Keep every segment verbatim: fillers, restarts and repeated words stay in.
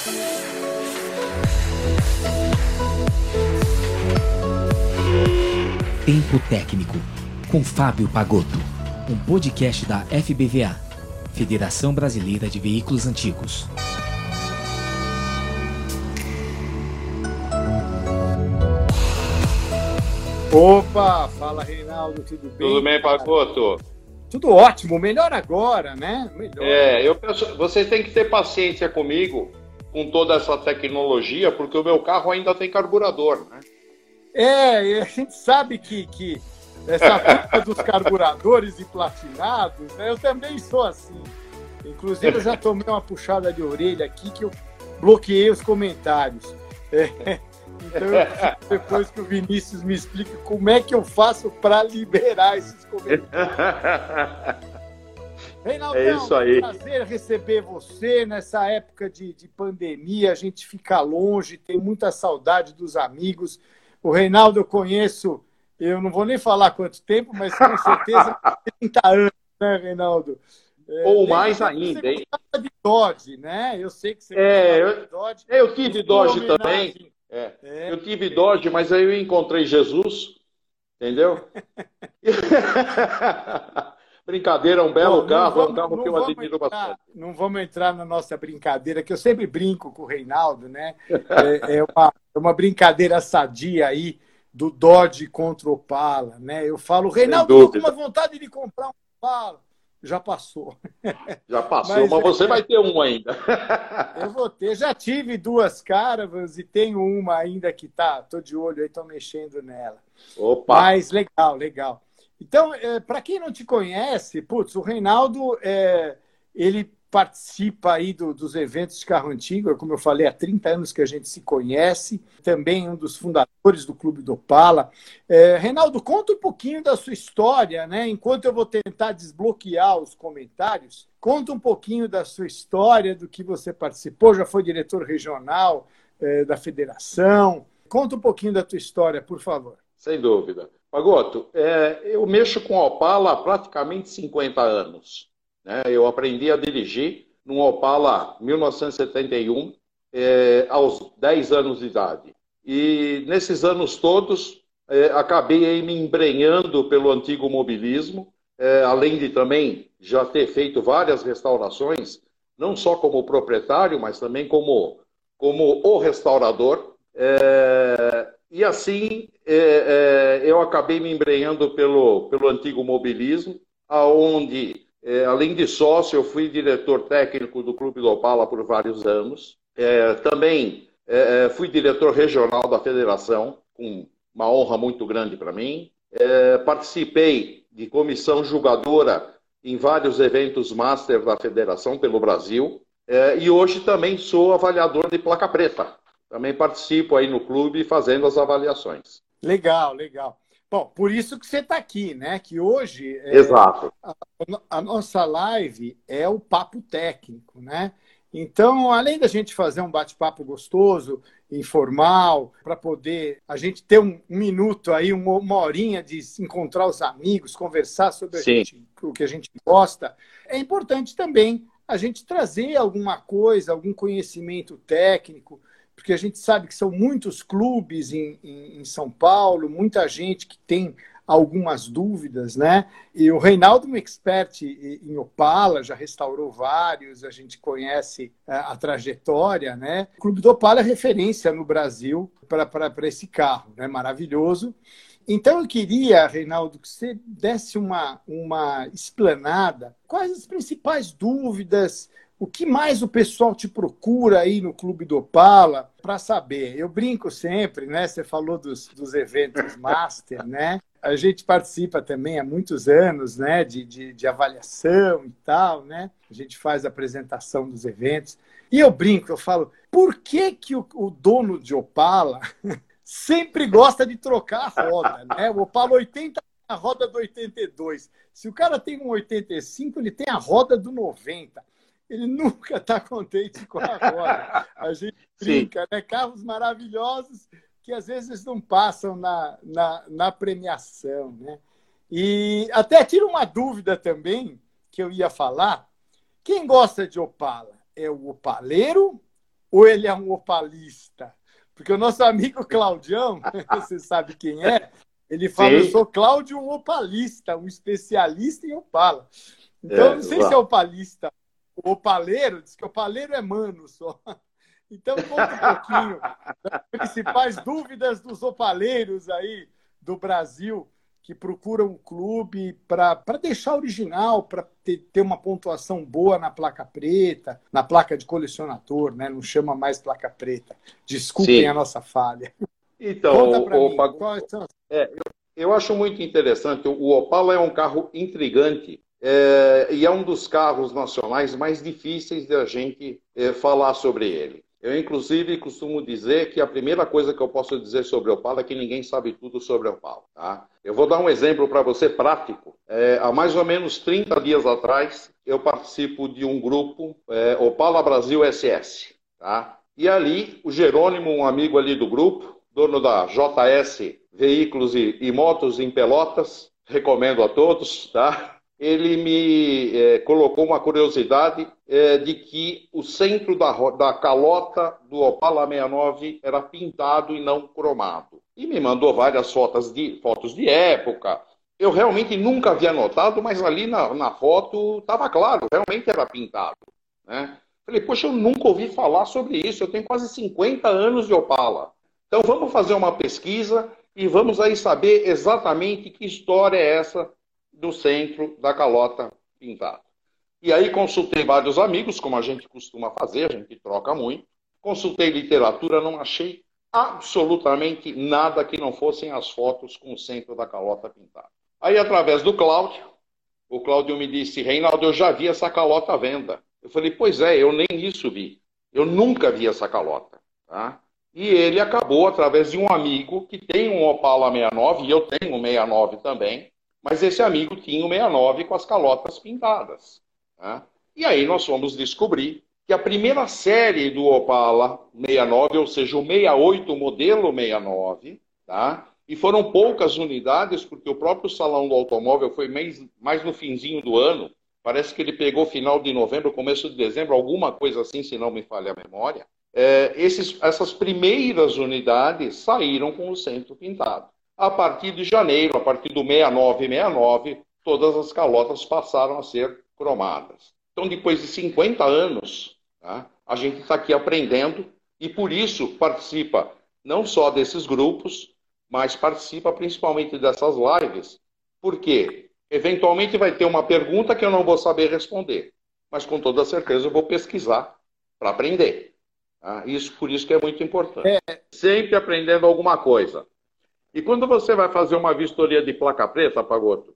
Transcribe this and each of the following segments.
Tempo Técnico, com Fábio Pagotto, um podcast da F B V A, Federação Brasileira de Veículos Antigos. Opa, fala Reinaldo, tudo bem? Tudo bem, Pagotto? Tudo ótimo, melhor agora, né? Melhor. É, eu penso, vocês têm que ter paciência comigo com toda essa tecnologia, porque o meu carro ainda tem carburador, né? É, a gente sabe que, que essa culpa dos carburadores e platinados, né, eu também sou assim. Inclusive, eu já tomei uma puxada de orelha aqui que eu bloqueei os comentários. É, então, eu preciso, depois que o Vinícius me explique como é que eu faço para liberar esses comentários. Reinaldo, é isso aí. É um prazer receber você nessa época de, de pandemia. A gente fica longe, tem muita saudade dos amigos. O Reinaldo eu conheço, eu não vou nem falar quanto tempo, mas com certeza trinta anos, né, Reinaldo? É, Ou mais ainda, hein? Você gostava de Dodge, né? Eu sei que você é, gostava eu, de Dodge. Eu tive Dodge também. É. É. Eu tive Dodge, mas aí eu encontrei Jesus, entendeu? Brincadeira, é um belo Bom, carro, vamos, é um carro que eu admiro entrar, bastante. Não vamos entrar na nossa brincadeira, que eu sempre brinco com o Reinaldo, né? É, é, uma, é uma brincadeira sadia aí do Dodge contra o Opala, né? Eu falo, Reinaldo, estou com uma vontade de comprar um Opala. Já passou. Já passou, mas, mas você é, vai ter um ainda. Eu vou ter. Já tive duas Caravans e tenho uma ainda que tá, tô de olho aí, tô mexendo nela. Opa! Mas legal, legal. Então, é, para quem não te conhece, putz, o Reinaldo, é, ele participa aí do, dos eventos de carro antigo, como eu falei, há trinta anos que a gente se conhece, também um dos fundadores do Clube do Opala. É, Reinaldo, conta um pouquinho da sua história, né? Enquanto eu vou tentar desbloquear os comentários, conta um pouquinho da sua história, do que você participou, já foi diretor regional é, da federação. Conta um pouquinho da tua história, por favor. Sem dúvida. Pagotto, é, eu mexo com Opala há praticamente cinquenta anos. Né? Eu aprendi a dirigir num Opala mil novecentos e setenta e um, é, aos dez anos de idade. E nesses anos todos, é, acabei aí me embrenhando pelo antigo mobilismo, é, além de também já ter feito várias restaurações, não só como proprietário, mas também como, como o restaurador. É, e assim, é, é, eu acabei me embrenhando pelo, pelo antigo mobilismo, aonde, é, além de sócio, eu fui diretor técnico do Clube do Opala por vários anos. É, também é, fui diretor regional da federação, com uma honra muito grande para mim. É, participei de comissão julgadora em vários eventos master da federação pelo Brasil. É, e hoje também sou avaliador de placa preta. Também participo aí no clube fazendo as avaliações. Legal, legal. Bom, por isso que você está aqui, né? Que hoje Exato. É, a, a nossa live é o papo técnico, né? Então, além da gente fazer um bate-papo gostoso, informal, para poder a gente ter um, um minuto aí, uma, uma horinha de encontrar os amigos, conversar sobre a gente, o que a gente gosta, é importante também a gente trazer alguma coisa, algum conhecimento técnico, porque a gente sabe que são muitos clubes em, em, em São Paulo, muita gente que tem algumas dúvidas, né? E o Reinaldo é um expert em Opala, já restaurou vários, a gente conhece a, a trajetória, né? O Clube do Opala é referência no Brasil para esse carro, né? Maravilhoso. Então eu queria, Reinaldo, que você desse uma, uma explanada. Quais as principais dúvidas? O que mais o pessoal te procura aí no Clube do Opala para saber? Eu brinco sempre, né? Você falou dos, dos eventos Master, né? A gente participa também há muitos anos, né? De, de, de avaliação e tal, né? A gente faz a apresentação dos eventos. E eu brinco, eu falo, por que, que o, o dono de Opala sempre gosta de trocar a roda, né? O Opala oitenta tem a roda do oitenta e dois. Se o cara tem um oitenta e cinco, ele tem a roda do noventa. Ele nunca está contente com a roda. A gente brinca, né? Carros maravilhosos que às vezes não passam na, na, na premiação, né? E até tiro uma dúvida também, que eu ia falar. Quem gosta de Opala? É o opaleiro ou ele é um opalista? Porque o nosso amigo Claudião, você sabe quem é, ele fala, Sim. eu sou Cláudio, um opalista, um especialista em opala. Então, é, não sei exato. se é opalista ou opaleiro, diz que opaleiro é mano só. Então, conta um pouquinho das principais dúvidas dos opaleiros aí do Brasil, que procuram um clube para deixar original, para ter, ter uma pontuação boa na placa preta, na placa de colecionador, né? Não chama mais placa preta. Desculpem Sim. a nossa falha. Então, Conta para mim, Pag... quais são as... é, eu, eu acho muito interessante. O Opala é um carro intrigante é, e é um dos carros nacionais mais difíceis de a gente é, falar sobre ele. Eu, inclusive, costumo dizer que a primeira coisa que eu posso dizer sobre o Opala é que ninguém sabe tudo sobre o Opala. Tá? Eu vou dar um exemplo para você prático. É, há mais ou menos trinta dias atrás, eu participo de um grupo, é, Opala Brasil S S. Tá? E ali, o Jerônimo, um amigo ali do grupo, dono da J S Veículos e, e Motos em Pelotas, recomendo a todos, tá? Ele me é, colocou uma curiosidade é, de que o centro da, da calota do Opala sessenta e nove era pintado e não cromado. E me mandou várias fotos de, fotos de época. Eu realmente nunca havia notado, mas ali na, na foto estava claro, realmente era pintado. Né? Falei, poxa, eu nunca ouvi falar sobre isso, eu tenho quase cinquenta anos de Opala. Então vamos fazer uma pesquisa e vamos aí saber exatamente que história é essa do centro da calota pintada. E aí consultei vários amigos, como a gente costuma fazer, a gente troca muito. Consultei literatura, não achei absolutamente nada que não fossem as fotos com o centro da calota pintada. Aí, através do Cláudio, o Cláudio me disse, Reinaldo, eu já vi essa calota à venda. Eu falei, pois é, eu nem isso vi. Eu nunca vi essa calota. Tá? E ele acabou, através de um amigo que tem um Opala sessenta e nove, e eu tenho um sessenta e nove também, mas esse amigo tinha o sessenta e nove com as calotas pintadas. Tá? E aí nós fomos descobrir que a primeira série do Opala sessenta e nove, ou seja, o sessenta e oito modelo sessenta e nove, tá? E foram poucas unidades, porque o próprio Salão do Automóvel foi mais, mais no finzinho do ano, parece que ele pegou final de novembro, começo de dezembro, alguma coisa assim, se não me falha a memória. É, esses, essas primeiras unidades saíram com o centro pintado. A partir de janeiro, a partir do sessenta e nove e sessenta e nove, todas as calotas passaram a ser cromadas. Então, depois de cinquenta anos, tá, a gente está aqui aprendendo e, por isso, participa não só desses grupos, mas participa principalmente dessas lives, porque, eventualmente, vai ter uma pergunta que eu não vou saber responder, mas, com toda certeza, eu vou pesquisar para aprender. Tá? Isso, por isso que é muito importante. É. Sempre aprendendo alguma coisa. E quando você vai fazer uma vistoria de placa preta, Pagotto,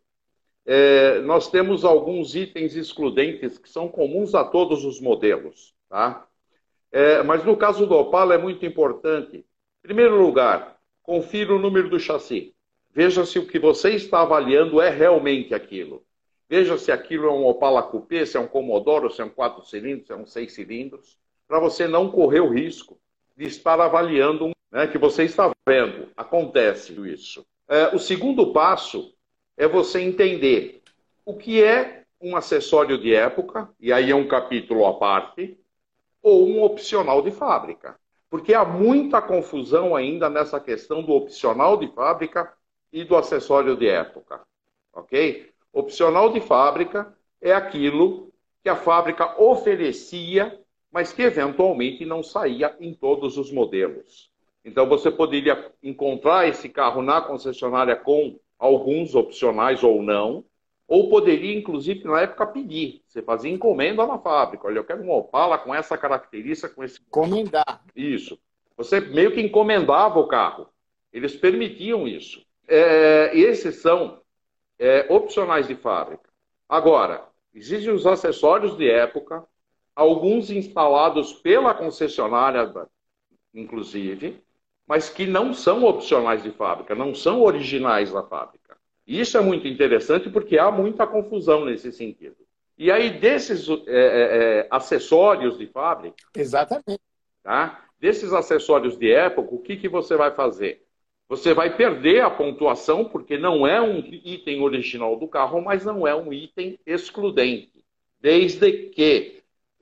é, nós temos alguns itens excludentes que são comuns a todos os modelos. Tá? É, mas no caso do Opala é muito importante. Em primeiro lugar, confira o número do chassi. Veja se o que você está avaliando é realmente aquilo. Veja se aquilo é um Opala Coupé, se é um Commodoro, se é um quatro cilindros, se é um seis cilindros, para você não correr o risco de estar avaliando um, né, que você está vendo. Acontece isso. É, o segundo passo é você entender o que é um acessório de época, e aí é um capítulo à parte, ou um opcional de fábrica. Porque há muita confusão ainda nessa questão do opcional de fábrica e do acessório de época. Ok? Opcional de fábrica é aquilo que a fábrica oferecia, mas que eventualmente não saía em todos os modelos. Então você poderia encontrar esse carro na concessionária com alguns opcionais ou não, ou poderia, inclusive, na época, pedir. Você fazia encomenda na fábrica. Olha, eu quero um Opala com essa característica, com esse... Encomendar. Isso. Você meio que encomendava o carro. Eles permitiam isso. É, esses são é, opcionais de fábrica. Agora, existem os acessórios de época, alguns instalados pela concessionária, inclusive, mas que não são opcionais de fábrica, não são originais da fábrica. Isso é muito interessante porque há muita confusão nesse sentido. E aí, desses é, é, acessórios de fábrica... Exatamente. Tá? Desses acessórios de época, o que, que você vai fazer? Você vai perder a pontuação porque não é um item original do carro, mas não é um item excludente. Desde que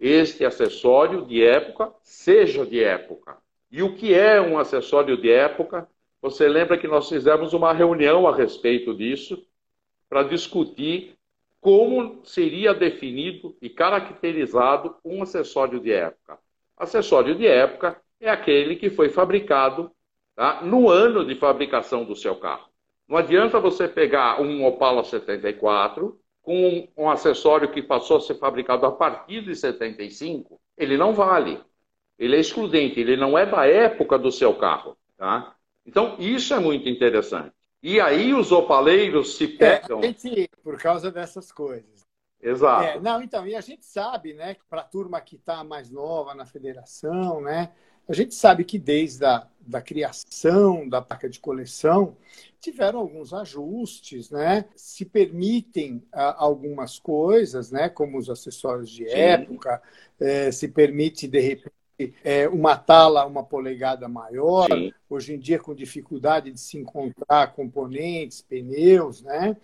este acessório de época seja de época. E o que é um acessório de época? Você lembra que nós fizemos uma reunião a respeito disso para discutir como seria definido e caracterizado um acessório de época. Acessório de época é aquele que foi fabricado, tá, no ano de fabricação do seu carro. Não adianta você pegar um Opala setenta e quatro com um acessório que passou a ser fabricado a partir de setenta e cinco, ele não vale. Ele é excludente, ele não é da época do seu carro. Tá? Então, isso é muito interessante. E aí os opaleiros se pegam... É, a gente, por causa dessas coisas. Exato. É, não, então, e a gente sabe, né, que para a turma que está mais nova na federação, né, a gente sabe que desde a da criação da placa de coleção tiveram alguns ajustes, né, se permitem ah, algumas coisas, né, como os acessórios de Sim. época, eh, se permite, de repente, É, uma tala uma polegada maior, Sim. hoje em dia com dificuldade de se encontrar componentes, pneus, né?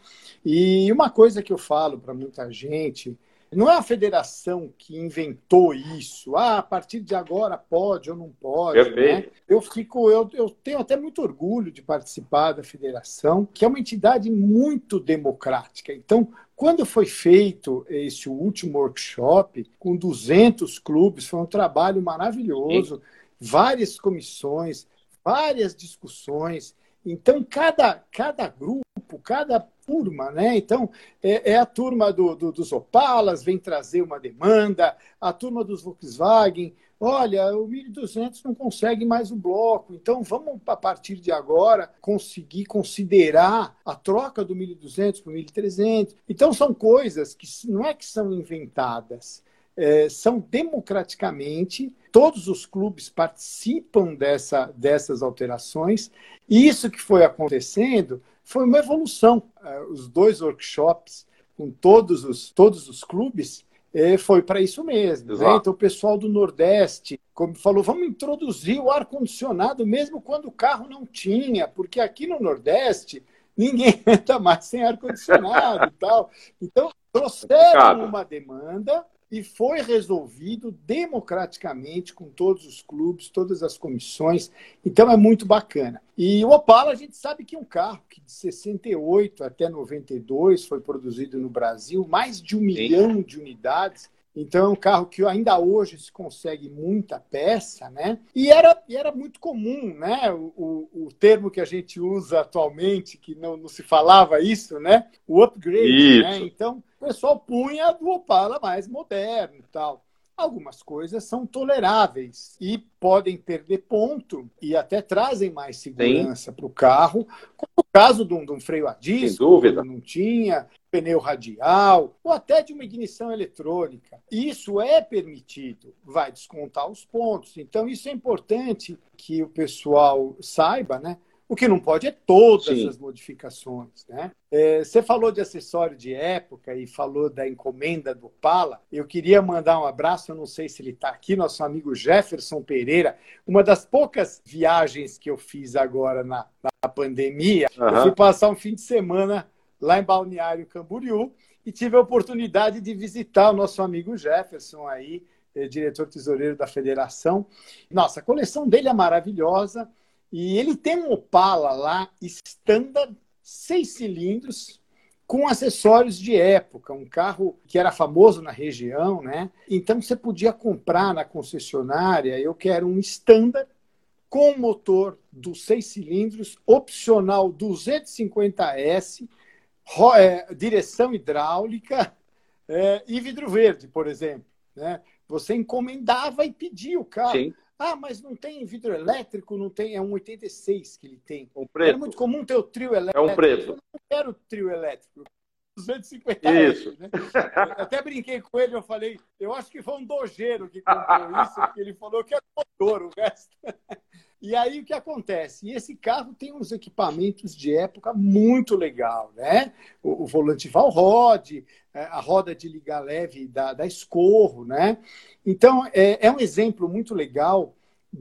E uma coisa que eu falo para muita gente, não é a federação que inventou isso, ah, a partir de agora pode ou não pode, né? Eu, fico, eu, eu tenho até muito orgulho de participar da federação, que é uma entidade muito democrática. Então, quando foi feito esse último workshop, com duzentos clubes, foi um trabalho maravilhoso, Sim. várias comissões, várias discussões. Então, cada, cada grupo, cada turma, né? Então, é, é a turma do, do, dos Opalas, vem trazer uma demanda, a turma dos Volkswagen, olha, o mil e duzentos não consegue mais o bloco, então vamos, a partir de agora, conseguir considerar a troca do mil e duzentos para o mil e trezentos. Então, são coisas que não é que são inventadas, é, são democraticamente, todos os clubes participam dessa, dessas alterações, e isso que foi acontecendo foi uma evolução. Os dois workshops com todos os, todos os clubes foi para isso mesmo. Né? Então, o pessoal do Nordeste, como falou, vamos introduzir o ar-condicionado mesmo quando o carro não tinha, porque aqui no Nordeste ninguém anda mais sem ar-condicionado e tal. Então, trouxeram uma demanda e foi resolvido democraticamente com todos os clubes, todas as comissões. Então, é muito bacana. E o Opala, a gente sabe que é um carro que de sessenta e oito até noventa e dois foi produzido no Brasil, mais de um Sim. milhão de unidades. Então, é um carro que ainda hoje se consegue muita peça, né? E era, e era muito comum, né? O, o, o termo que a gente usa atualmente, que não, não se falava isso, né? O upgrade, né? Então, o pessoal punha do Opala mais moderno e tal. Algumas coisas são toleráveis e podem perder ponto e até trazem mais segurança para o carro, como o caso de um, de um freio a disco, quando não tinha, pneu radial, ou até de uma ignição eletrônica. Isso é permitido, vai descontar os pontos. Então, isso é importante que o pessoal saiba, né? O que não pode é todas Sim. as modificações, né? É, você falou de acessório de época e falou da encomenda do Opala. Eu queria mandar um abraço, eu não sei se ele está aqui, nosso amigo Jefferson Pereira. Uma das poucas viagens que eu fiz agora na, na pandemia, uhum. eu fui passar um fim de semana lá em Balneário Camboriú e tive a oportunidade de visitar o nosso amigo Jefferson aí, é, diretor tesoureiro da federação. Nossa, a coleção dele é maravilhosa. E ele tem um Opala lá, standard, seis cilindros, com acessórios de época, um carro que era famoso na região, né? Então você podia comprar na concessionária, eu quero um standard com motor dos seis cilindros, opcional duzentos e cinquenta S, ro- é, direção hidráulica é, e vidro verde, por exemplo. Né? Você encomendava e pedia o carro. Sim. Ah, mas não tem vidro elétrico, não tem, é um oitenta e seis que ele tem. Um preto. É muito comum ter o trio elétrico. É um preto. Eu não quero trio elétrico. duzentos e cinquenta Isso. Né? Eu até brinquei com ele, eu falei, eu acho que foi um dojeiro que comprou isso, porque ele falou que é motor, o resto. E aí o que acontece? E esse carro tem uns equipamentos de época muito legal, né? O, o volante Valrod, a roda de ligar leve da, da Escorro, né? Então, é, é um exemplo muito legal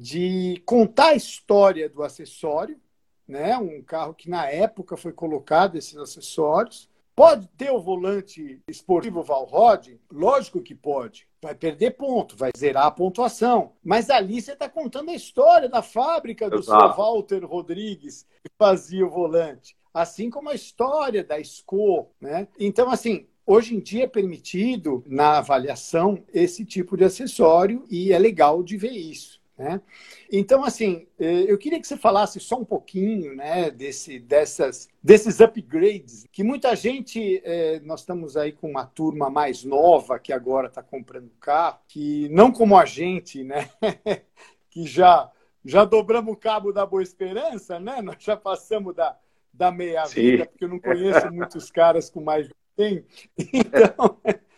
de contar a história do acessório, né? Um carro que na época foi colocado esses acessórios. Pode ter o volante esportivo Valrod? Lógico que pode. vai perder ponto, vai zerar a pontuação. Mas ali você está contando a história da fábrica do Exato. seu Walter Rodrigues, que fazia o volante. Assim como a história da Sco, né? Então, assim, hoje em dia é permitido, na avaliação, esse tipo de acessório e é legal de ver isso, né? Então, assim, eu queria que você falasse só um pouquinho, né, desse, dessas, desses upgrades, que muita gente, é, nós estamos aí com uma turma mais nova que agora está comprando carro, que não como a gente, né, que já, já dobramos o cabo da Boa Esperança, né, nós já passamos da, da meia-vida, porque eu não conheço muitos caras com mais de cem, então...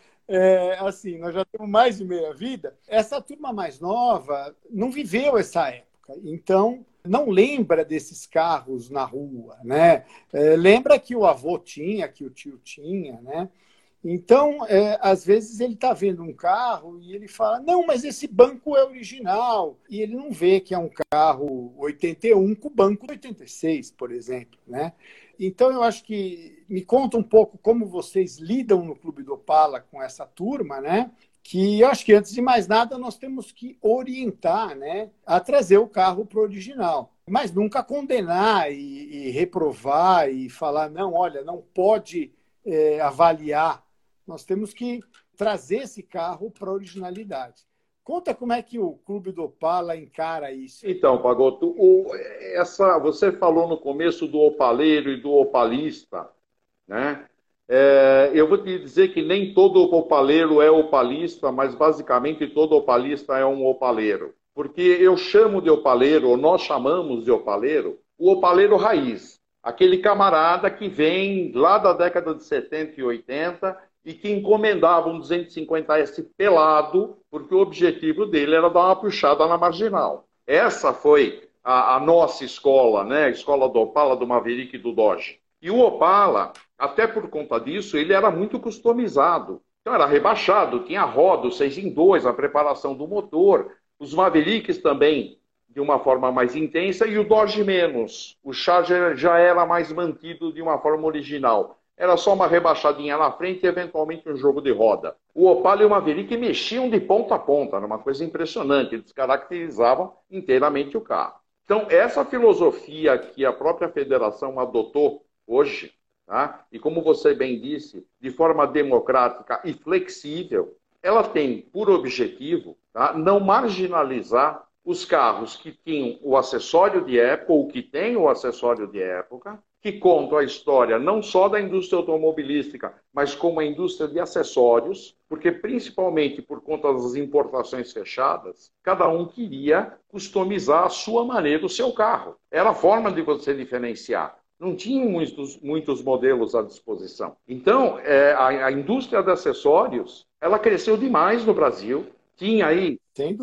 É, assim, nós já temos mais de meia vida. Essa turma mais nova não viveu essa época, então não lembra desses carros na rua, né? É, lembra que o avô tinha, que o tio tinha, né? Então, é, às vezes ele está vendo um carro e ele fala, não, mas esse banco é original. E ele não vê que é um carro oitenta e um com banco oitenta e seis, por exemplo, né? Então, eu acho que me conta um pouco como vocês lidam no Clube do Opala com essa turma, né? Que eu acho que, antes de mais nada, nós temos que orientar, né, a trazer o carro para o original. Mas nunca condenar e, e reprovar e falar, não, olha, não pode é, avaliar. Nós temos que trazer esse carro para a originalidade. Conta como é que o Clube do Opala encara isso. Então, Pagotto, o, essa, você falou no começo do opaleiro e do opalista, né? É, eu vou te dizer que nem todo opaleiro é opalista, mas basicamente todo opalista é um opaleiro. Porque eu chamo de opaleiro, ou nós chamamos de opaleiro, o opaleiro raiz. Aquele camarada que vem lá da década de setenta e oitenta e que encomendava um duzentos e cinquenta S pelado, porque o objetivo dele era dar uma puxada na marginal. Essa foi a, a nossa escola, né? A escola do Opala, do Maverick e do Dodge. E o Opala, até por conta disso, ele era muito customizado. Então era rebaixado, tinha roda, o seis em dois, a preparação do motor. Os Mavericks também, de uma forma mais intensa, e o Dodge menos. O Charger já era mais mantido de uma forma original. Era só uma rebaixadinha na frente e, eventualmente, um jogo de roda. O Opala e o Maverick mexiam de ponta a ponta, era uma coisa impressionante, eles caracterizavam inteiramente o carro. Então, essa filosofia que a própria federação adotou hoje, tá? E como você bem disse, de forma democrática e flexível, ela tem por objetivo, tá, não marginalizar os carros que tinham o acessório de época, ou que têm o acessório de época, que contam a história não só da indústria automobilística, mas como a indústria de acessórios, porque principalmente por conta das importações fechadas, cada um queria customizar a sua maneira o seu carro. Era a forma de você diferenciar. Não tinha muitos, muitos modelos à disposição. Então, é, a, a indústria de acessórios, ela cresceu demais no Brasil. Tinha aí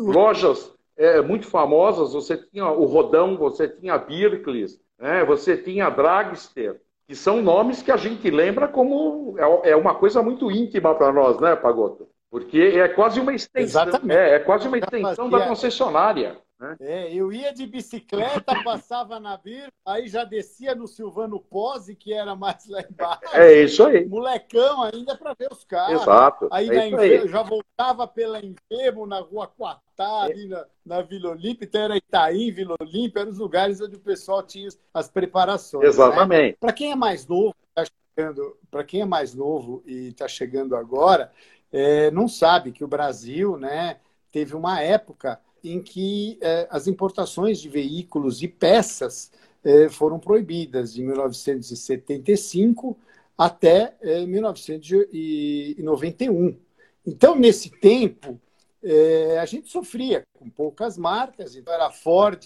lojas é, muito famosas, você tinha o Rodão, você tinha a Birkles, né? Você tinha a Dragster, que são nomes que a gente lembra como é, é uma coisa muito íntima para nós, né, Pagotto? Porque é quase uma extensão, é, é quase uma extensão da concessionária. Né? É, eu ia de bicicleta, passava na Bir, aí já descia no Silvano Pose, que era mais lá embaixo. É isso aí. Molecão ainda para ver os carros. Exato. Aí, é na isso Inve... aí. eu já voltava pela Enfermo, na Rua Quatá, ali na, na Vila Olímpia, então era Itaim, Vila Olímpia, eram os lugares onde o pessoal tinha as preparações. Exatamente. Né? Para quem é mais novo, tá chegando, para quem é mais novo e está chegando agora, é, não sabe que o Brasil, né, teve uma época em que eh, as importações de veículos e peças eh, foram proibidas, de mil novecentos e setenta e cinco até eh, mil novecentos e noventa e um. Então, nesse tempo, eh, a gente sofria com poucas marcas, então era Ford,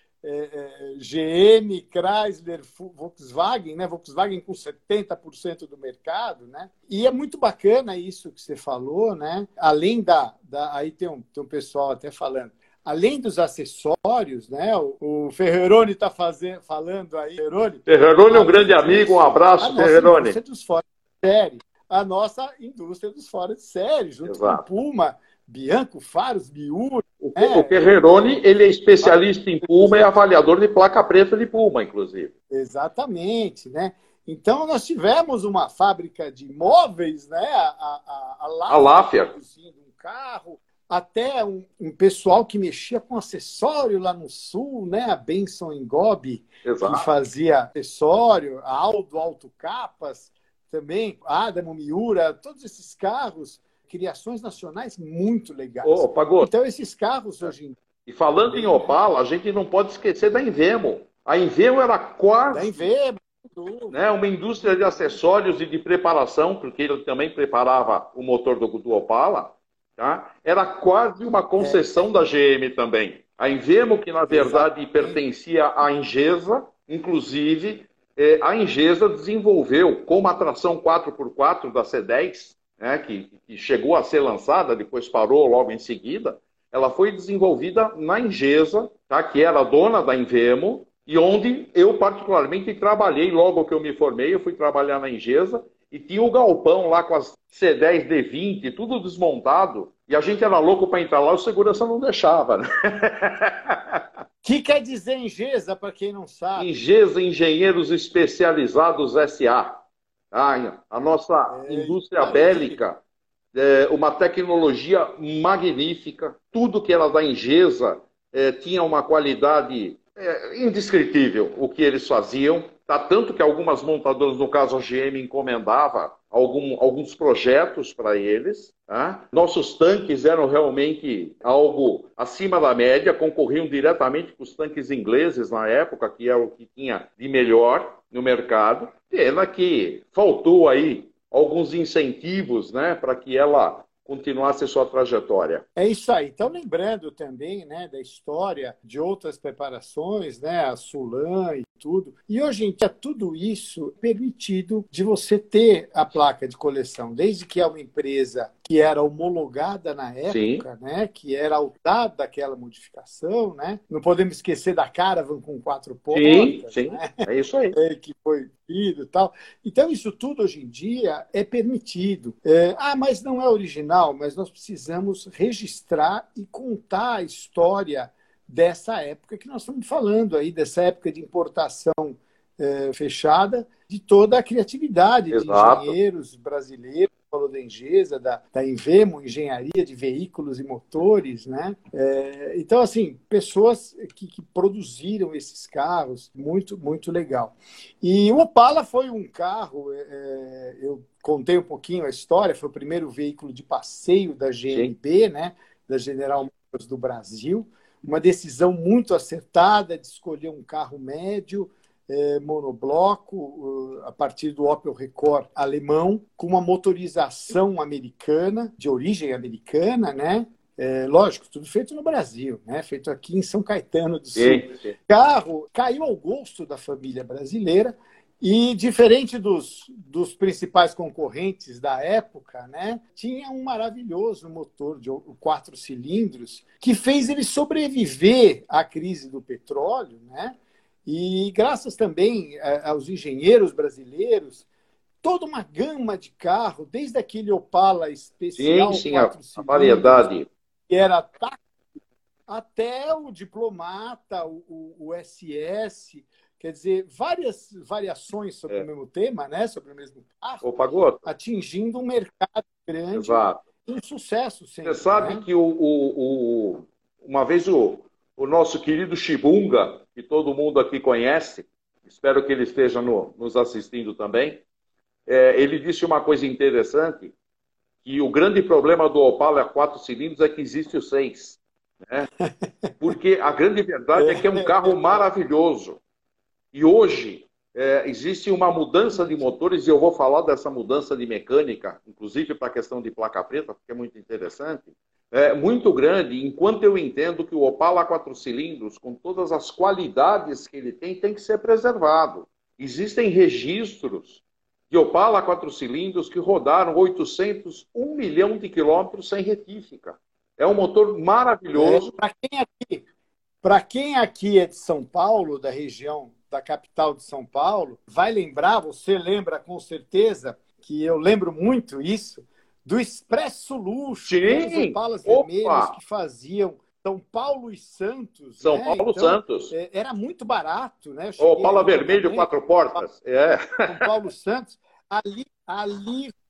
eh, G M, Chrysler, Volkswagen, né? Volkswagen com setenta por cento do mercado, né? E é muito bacana isso que você falou, né? Além da... da aí tem um, tem um pessoal até falando, além dos acessórios, né? O, o Ferreroni está falando aí. Ferreroni, Ferreroni é um grande amigo, um abraço, Ferreroni. A nossa indústria dos fora de série. A nossa indústria dos fora de série, junto Exato. com Puma, Bianco, Faros, Miura. O, né? o Ferreroni, ele é especialista em Puma e avaliador de placa preta de Puma, inclusive. Exatamente, né? Então, nós tivemos uma fábrica de móveis, né? A, a, a, a Láfia. Produzindo um carro, até um, um pessoal que mexia com acessório lá no sul, né? A Benson Ngobi, que fazia acessório, a Aldo Autocapas também, Adamo Miura, todos esses carros, criações nacionais muito legais. Ô, Pagotto. Então, esses carros hoje em dia... E falando em Opala, a gente não pode esquecer da Invemo. A Invemo era quase... Da Invemo. Né, uma indústria de acessórios e de preparação, porque ele também preparava o motor do, do Opala, tá? Era quase uma concessão é. da G M também. A Invemo, que na verdade Exatamente. pertencia à Ingesa, inclusive, eh, a Ingesa desenvolveu, como a tração quatro por quatro da C dez, né, que, que chegou a ser lançada, depois parou logo em seguida, ela foi desenvolvida na Ingesa, tá, que era dona da Invemo, e onde eu particularmente trabalhei, logo que eu me formei, eu fui trabalhar na Ingesa, e tinha o galpão lá com as C dez D vinte, tudo desmontado, e a gente era louco para entrar lá, o segurança não deixava. Né? O que quer dizer Ingesa, para quem não sabe? Ingesa Engenheiros Especializados S A. Ah, a nossa é, indústria é, bélica, é, uma tecnologia magnífica, tudo que era da Ingesa é, tinha uma qualidade... É indescritível o que eles faziam, tá? Tanto que algumas montadoras, no caso a G M, encomendava algum, alguns projetos para eles. Tá? Nossos tanques eram realmente algo acima da média, concorriam diretamente com os tanques ingleses na época, que era o que tinha de melhor no mercado. Pena que faltou aí alguns incentivos, né, para que ela continuasse a sua trajetória. É isso aí. Então, lembrando também, né, da história de outras preparações, né, a Sulan e tudo. E hoje em dia, tudo isso é permitido de você ter a placa de coleção, desde que é uma empresa que era homologada na época, né, que era autada daquela modificação, né? Não podemos esquecer da Caravan com quatro portas, sim, sim. Né? É isso aí. É, que foi e tal. Então, isso tudo hoje em dia é permitido. É, ah, mas não é original, mas nós precisamos registrar e contar a história dessa época que nós estamos falando aí, dessa época de importação é, fechada, de toda a criatividade Exato. de engenheiros brasileiros, falou da Ingesa, da, da Invemo, engenharia de veículos e motores, né? É, então, assim, pessoas que, que produziram esses carros, muito, muito legal. E o Opala foi um carro, é, eu contei um pouquinho a história, foi o primeiro veículo de passeio da G M B, né? Da General Motors do Brasil, uma decisão muito acertada de escolher um carro médio, É, monobloco, a partir do Opel Rekord alemão, com uma motorização americana, de origem americana, né? É, lógico, tudo feito no Brasil, né? Feito aqui em São Caetano do Sul. Sim, sim. O carro caiu ao gosto da família brasileira e, diferente dos, dos principais concorrentes da época, né? Tinha um maravilhoso motor de quatro cilindros que fez ele sobreviver à crise do petróleo, né? E graças também aos engenheiros brasileiros, toda uma gama de carro, desde aquele Opala especial, sim, sim, a, a variedade, que era táxi, até o Diplomata, o, o, o S S, quer dizer, várias variações sobre é. o mesmo tema, né? Sobre o mesmo carro, Ô, Pagotto, atingindo um mercado grande. Exato. E um sucesso sempre. Você sabe, né? Que o, o, o, uma vez o, o nosso querido Chibunga, que todo mundo aqui conhece, espero que ele esteja no, nos assistindo também, é, ele disse uma coisa interessante, que o grande problema do Opala a quatro cilindros é que existe o seis. Né? Porque a grande verdade é que é um carro maravilhoso. E hoje é, existe uma mudança de motores, e eu vou falar dessa mudança de mecânica, inclusive para a questão de placa preta, porque é muito interessante, é muito grande, enquanto eu entendo que o Opala quatro cilindros, com todas as qualidades que ele tem, tem que ser preservado. Existem registros de Opala quatro cilindros que rodaram oitocentos, um milhão de quilômetros sem retífica. É um motor maravilhoso. É, para quem aqui, para quem aqui é de São Paulo, da região, da capital de São Paulo, vai lembrar, você lembra com certeza, que eu lembro muito isso, do Expresso Luxo, Sim, os Opalas vermelhos que faziam São Paulo e Santos. São né? Paulo então, Santos. É, era muito barato, né? O Opala vermelho, também, quatro portas. É. São Paulo Santos. Ali, ali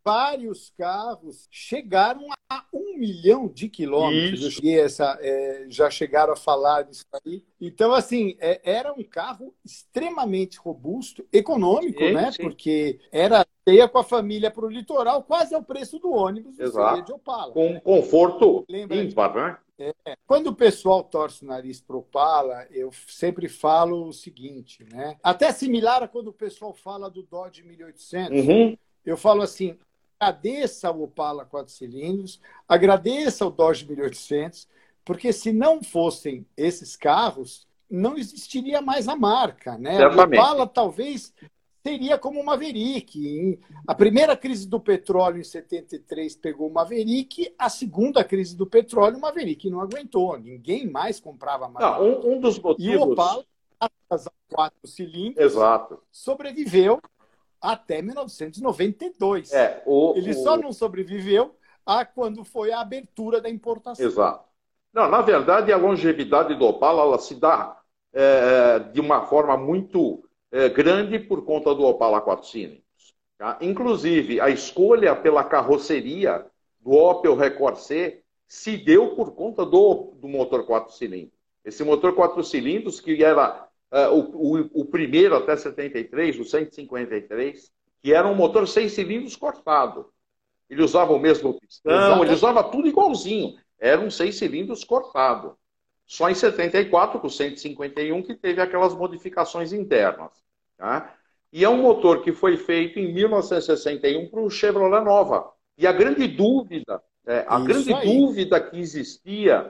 vários carros chegaram a um milhão de quilômetros. Eu cheguei essa, é, já chegaram a falar disso aí. Então, assim, é, era um carro extremamente robusto, econômico, sim, né? Sim. Porque era ia com a família para o litoral, quase ao preço do ônibus do Exato. de Opala. Com conforto Lembra ímpar, né? É. Quando o pessoal torce o nariz para o Opala, eu sempre falo o seguinte, né? Até similar a quando o pessoal fala do Dodge mil e oitocentos. Uhum. Eu falo assim, agradeça ao Opala quatro cilindros, agradeça ao Dodge mil e oitocentos, porque se não fossem esses carros, não existiria mais a marca, né? Certamente. O Opala talvez seria como o Maverick. A primeira crise do petróleo em setenta e três pegou o Maverick, a segunda crise do petróleo o Maverick não aguentou. Ninguém mais comprava Maverick. Não, um, um dos motivos... E o Opala, graças a quatro cilindros, Exato. sobreviveu até mil novecentos e noventa e dois. É, o, Ele o... só não sobreviveu a quando foi a abertura da importação. Exato. Não, na verdade, a longevidade do Opala ela se dá é, de uma forma muito é, grande por conta do Opala quatro cilindros. Tá? Inclusive, a escolha pela carroceria do Opel Rekord C se deu por conta do, do motor quatro cilindros. Esse motor quatro cilindros, que era é, o, o, o primeiro até setenta e três, o cento e cinquenta e três, que era um motor seis cilindros cortado. Ele usava o mesmo pistão, Exato. Ele usava tudo igualzinho. Era um seis cilindros cortado. Só em setenta e quatro, com o cento e cinquenta e um, que teve aquelas modificações internas. Tá? E é um motor que foi feito em mil novecentos e sessenta e um para o Chevrolet Nova. E a grande dúvida, é, a Isso grande aí. dúvida que existia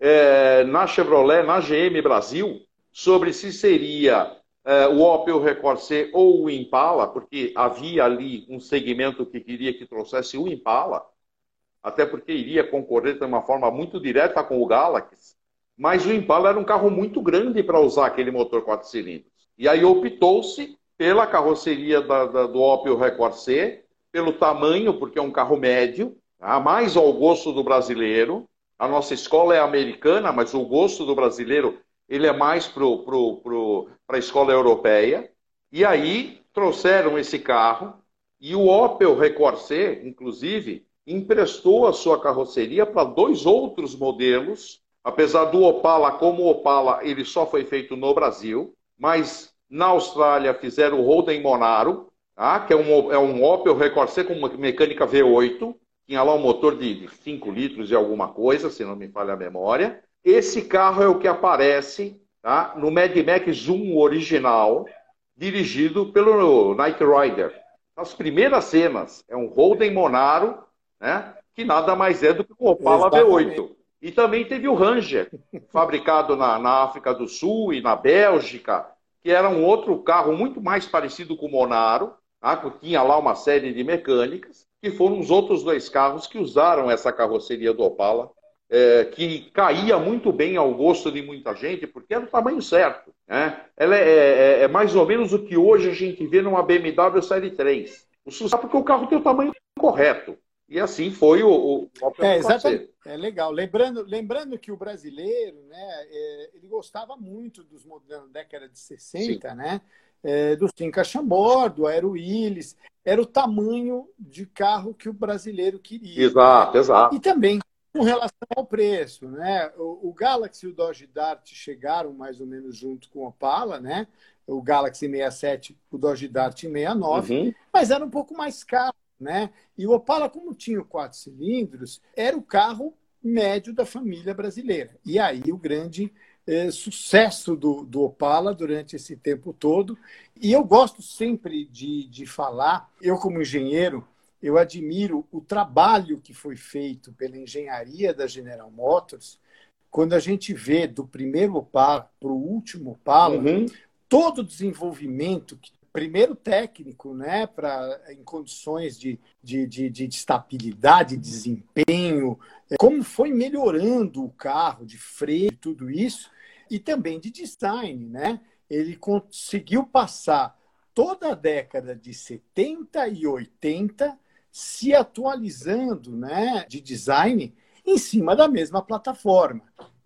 é, na Chevrolet, na G M Brasil, sobre se seria é, o Opel Rekord C ou o Impala, porque havia ali um segmento que queria que trouxesse o Impala, até porque iria concorrer de uma forma muito direta com o Galaxy, mas o Impala era um carro muito grande para usar aquele motor quatro cilindros. E aí optou-se pela carroceria da, da, do Opel Rekord C, pelo tamanho, porque é um carro médio, tá? Mais ao gosto do brasileiro. A nossa escola é americana, mas o gosto do brasileiro ele é mais para pro, pro, a escola europeia. E aí trouxeram esse carro, e o Opel Rekord C, inclusive, emprestou a sua carroceria para dois outros modelos, apesar do Opala, como o Opala, ele só foi feito no Brasil, mas na Austrália fizeram o Holden Monaro, tá? Que é um, é um Opel Rekord C com uma mecânica V oito, tinha lá um motor de cinco litros e alguma coisa, se não me falha a memória. Esse carro é o que aparece, tá? No Mad Max um original, dirigido pelo Knight Rider. As primeiras cenas é um Holden Monaro, né? Que nada mais é do que o Opala Exatamente. V oito. E também teve o Ranger, fabricado na, na África do Sul e na Bélgica, que era um outro carro muito mais parecido com o Monaro, tá? Que tinha lá uma série de mecânicas, que foram os outros dois carros que usaram essa carroceria do Opala, é, que caía muito bem ao gosto de muita gente, porque era o tamanho certo. Né? Ela é, é, é mais ou menos o que hoje a gente vê numa B M W Série três. O sucesso porque o carro tem o tamanho correto. E assim foi o, o Opel é, exatamente. É legal. Lembrando, lembrando que o brasileiro, né, é, ele gostava muito dos modelos da década de sessenta, Sim. né? É, do Cinca Chambord, do Aero Willis. Era o tamanho de carro que o brasileiro queria. Exato, né? exato. E também com relação ao preço, né? O, o Galaxy e o Dodge Dart chegaram mais ou menos junto com o Opala, né? O Galaxy sessenta e sete, o Dodge Dart sessenta e nove, uhum. mas era um pouco mais caro. Né? E o Opala, como tinha quatro cilindros, era o carro médio da família brasileira. E aí o grande eh, sucesso do, do Opala durante esse tempo todo. E eu gosto sempre de, de falar, eu como engenheiro, eu admiro o trabalho que foi feito pela engenharia da General Motors, quando a gente vê do primeiro Opala para o último Opala, uhum. todo o desenvolvimento que primeiro técnico, né, pra, em condições de, de, de, de estabilidade, de desempenho, como foi melhorando o carro, de freio, tudo isso, e também de design. Né? Ele conseguiu passar toda a década de setenta e oitenta se atualizando, né, de design em cima da mesma plataforma.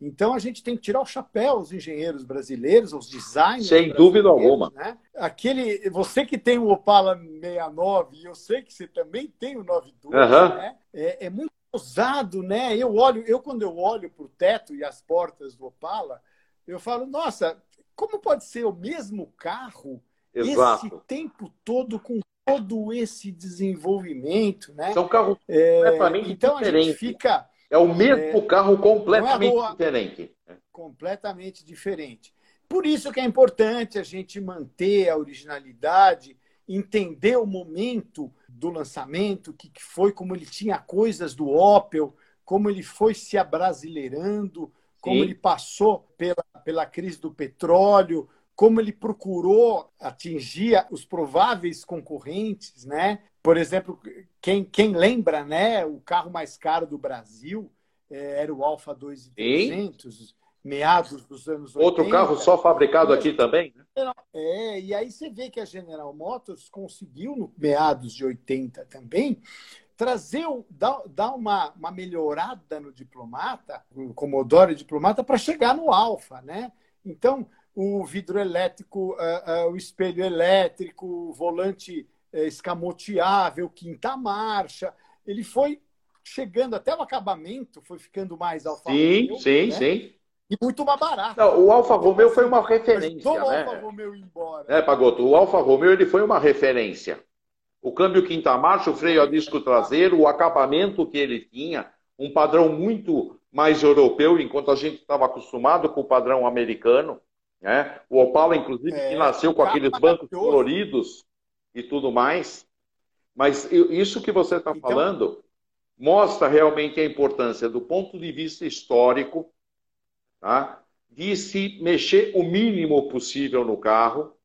Então a gente tem que tirar o chapéu aos engenheiros brasileiros, aos designers Sem dúvida alguma. Né? Aquele, você que tem o Opala sessenta e nove, e eu sei que você também tem o noventa e dois, uhum. né? é, é muito ousado, né? Eu olho, eu quando eu olho para o teto e as portas do Opala, eu falo, nossa, como pode ser o mesmo carro Exato. esse tempo todo com todo esse desenvolvimento, né? São carros completamente é, então diferentes. A gente fica, é o mesmo é, carro completamente é diferente. Completamente diferente. Por isso que é importante a gente manter a originalidade, entender o momento do lançamento, que foi como ele tinha coisas do Opel, como ele foi se abrasileirando, como Sim. ele passou pela, pela crise do petróleo, como ele procurou atingir os prováveis concorrentes, né? Por exemplo, quem, quem lembra, né, o carro mais caro do Brasil é, era o Alfa dois mil e trezentos, meados dos anos oitenta. Outro carro só fabricado aqui também? É, e aí você vê que a General Motors conseguiu, no meados de oitenta também, trazer, dar, dar uma, uma melhorada no Diplomata, o Commodore Diplomata, para chegar no Alfa, né? Então, o vidro elétrico, uh, uh, o espelho elétrico, o volante uh, escamoteável, quinta marcha, ele foi chegando até o acabamento, foi ficando mais Alfa Romeo. Sim, sim, né? sim. E muito mais barato. Não, o Alfa Romeo foi uma referência, o né? Alfa Romeo embora. É, Pagotto, o Alfa Romeo ele foi uma referência. O câmbio quinta marcha, o freio a disco traseiro, o acabamento que ele tinha, um padrão muito mais europeu, enquanto a gente estava acostumado com o padrão americano. Né? O Opala, inclusive, é, que nasceu com aqueles bancos coloridos e tudo mais. Mas isso que você está então... falando mostra realmente a importância, do ponto de vista histórico, tá? De se mexer o mínimo possível no carro.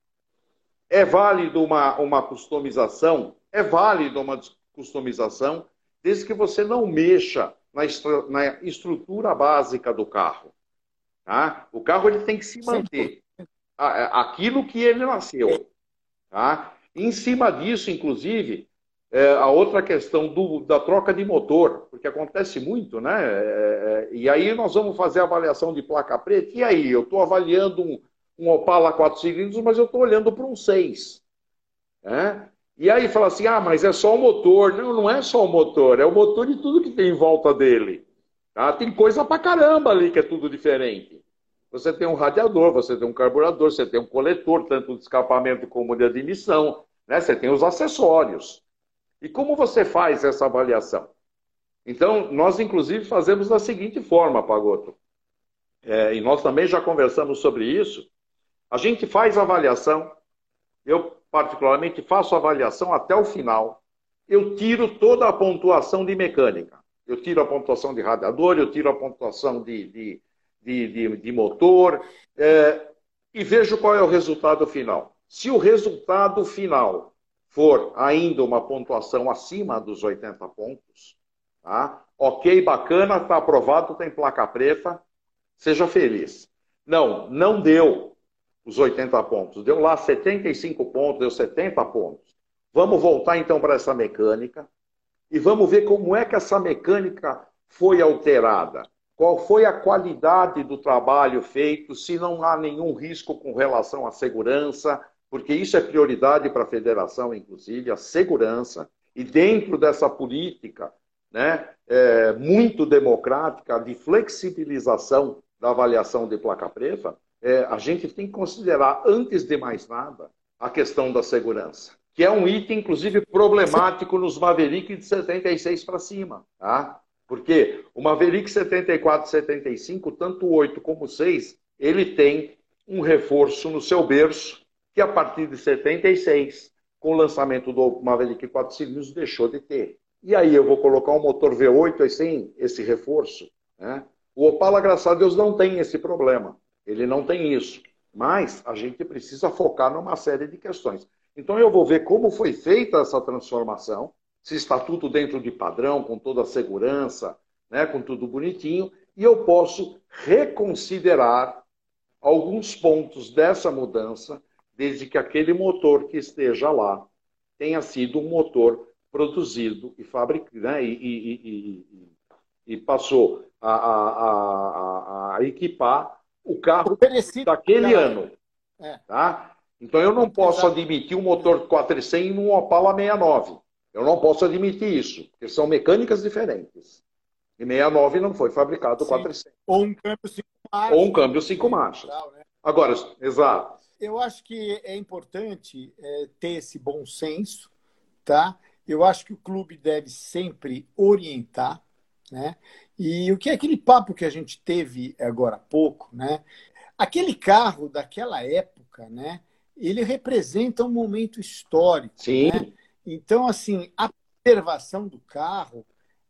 É válido uma, uma customização? É válido uma customização, desde que você não mexa na, estru na estrutura básica do carro. Tá? O carro ele tem que se manter. Aquilo que ele nasceu. Tá? Em cima disso, inclusive, é, a outra questão do, da troca de motor, porque acontece muito, né? É, e aí nós vamos fazer a avaliação de placa preta, e aí? Eu estou avaliando um, um Opala quatro cilindros, mas eu estou olhando para um seis. Né? E aí fala assim, ah, mas é só o motor. Não, não é só o motor, é o motor e tudo que tem em volta dele. Tá? Tem coisa pra caramba ali que é tudo diferente. Você tem um radiador, você tem um carburador, você tem um coletor, tanto de escapamento como de admissão, né? Você tem os acessórios. E como você faz essa avaliação? Então, nós inclusive fazemos da seguinte forma, Pagotto. É, e nós também já conversamos sobre isso. A gente faz a avaliação, eu particularmente faço a avaliação até o final. Eu tiro toda a pontuação de mecânica. Eu tiro a pontuação de radiador, eu tiro a pontuação de, de, de, de, de motor, é, e vejo qual é o resultado final. Se o resultado final for ainda uma pontuação acima dos oitenta pontos, tá? Ok, bacana, está aprovado, tem placa preta, seja feliz. Não, não deu os oitenta pontos, deu lá setenta e cinco pontos, deu setenta pontos. Vamos voltar então para essa mecânica e vamos ver como é que essa mecânica foi alterada. Qual foi a qualidade do trabalho feito, se não há nenhum risco com relação à segurança, porque isso é prioridade para a federação, inclusive, a segurança. E dentro dessa política, né, é, muito democrática de flexibilização da avaliação de placa preta, é, a gente tem que considerar, antes de mais nada, a questão da segurança, que é um item, inclusive, problemático nos Maverick de setenta e seis para cima. Tá? Porque o Maverick setenta e quatro e setenta e cinco, tanto o oito como o seis, ele tem um reforço no seu berço, que a partir de setenta e seis, com o lançamento do Maverick quatro cilindros, deixou de ter. E aí eu vou colocar um motor V oito aí sem esse reforço. Né? O Opala, graças a Deus, não tem esse problema. Ele não tem isso. Mas a gente precisa focar numa série de questões. Então eu vou ver como foi feita essa transformação, se está tudo dentro de padrão, com toda a segurança, né, com tudo bonitinho, e eu posso reconsiderar alguns pontos dessa mudança, desde que aquele motor que esteja lá tenha sido um motor produzido e fabricado, né, e, e, e, e, e passou a, a, a, a equipar o carro Oferecido daquele pra- ano. É. Tá? Então eu não posso Exato. admitir um motor quatro cem num Opala sessenta e nove. Eu não posso admitir isso, porque são mecânicas diferentes. E sessenta e nove não foi fabricado Sim. quatro cem. Ou um câmbio cinco marchas. Ou um câmbio cinco marchas. Tal, né? Agora, exato. Eu acho que é importante é, ter esse bom senso, tá? Eu acho que o clube deve sempre orientar, né? E o que é aquele papo que a gente teve agora há pouco, né? Aquele carro daquela época, né? Ele representa um momento histórico, Sim. né? Então, assim, a preservação do carro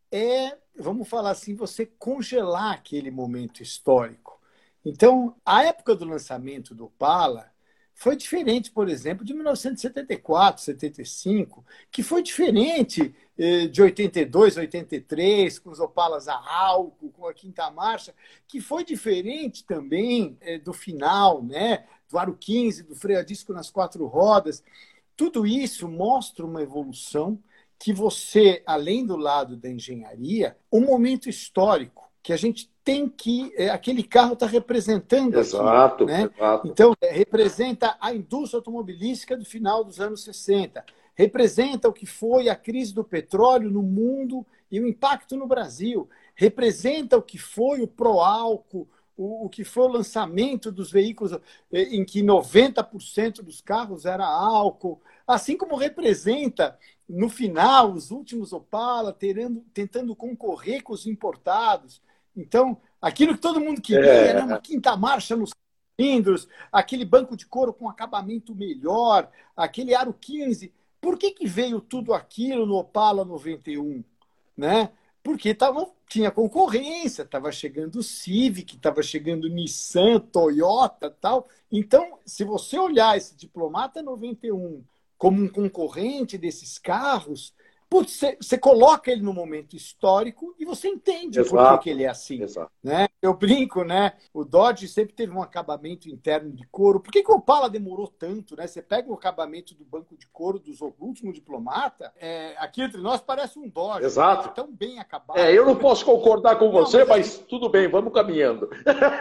é, vamos falar assim, você congelar aquele momento histórico. Então, a época do lançamento do Opala foi diferente, por exemplo, de mil novecentos e setenta e quatro, setenta e cinco, que foi diferente eh, de oitenta e dois, oitenta e três, com os Opalas a álcool, com a quinta marcha, que foi diferente também eh, do final, né? Do aro quinze, do freio a disco nas quatro rodas. Tudo isso mostra uma evolução que você, além do lado da engenharia, um momento histórico que a gente tem que... é, aquele carro está representando Exato, aquilo, né? exato. Então, é, representa a indústria automobilística do final dos anos sessenta, representa o que foi a crise do petróleo no mundo e o impacto no Brasil, representa o que foi o pró-álcool, o, o que foi o lançamento dos veículos eh, em que noventa por cento dos carros era álcool, assim como representa, no final, os últimos Opala terendo, tentando concorrer com os importados. Então, aquilo que todo mundo queria, É. né? Uma quinta marcha nos cilindros, aquele banco de couro com acabamento melhor, aquele aro quinze. Por que que veio tudo aquilo no Opala noventa e um? Né? Porque tava, tinha concorrência, estava chegando o Civic, estava chegando o Nissan, Toyota e tal. Então, se você olhar esse Diplomata noventa e um como um concorrente desses carros, putz, você, você coloca ele no momento histórico e você entende por que, Exato. que ele é assim. Exato. Né? Eu brinco, né? O Dodge sempre teve um acabamento interno de couro. Por que, que o Opala demorou tanto? Né? Você pega o acabamento do banco de couro dos últimos Diplomata, é, aqui entre nós parece um Dodge. Exato. Né? Tão bem acabado. É, eu não posso concordar com Não, você, mas mas, assim- tudo bem, vamos caminhando.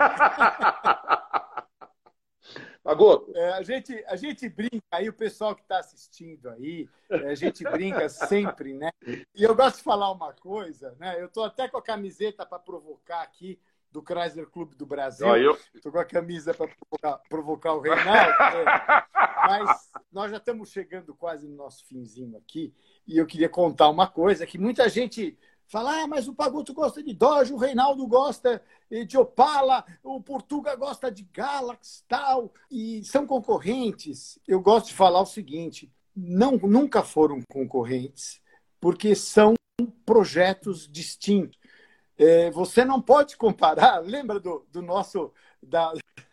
Magoto, É, a, gente, a gente brinca aí, o pessoal que está assistindo aí, é, a gente brinca sempre, né? E eu gosto de falar uma coisa, né? Eu estou até com a camiseta para provocar aqui do Chrysler Clube do Brasil. ó, eu... Estou com a camisa para provocar, provocar o Reinaldo. É. Mas nós já estamos chegando quase no nosso finzinho aqui. E eu queria contar uma coisa que muita gente fala, ah, mas o Pagotto gosta de Dodge, o Reinaldo gosta de Opala, o Portuga gosta de Galaxy, tal. E são concorrentes. Eu gosto de falar o seguinte, não, nunca foram concorrentes, porque são projetos distintos. É, você não pode comparar, lembra do, do nosso, da,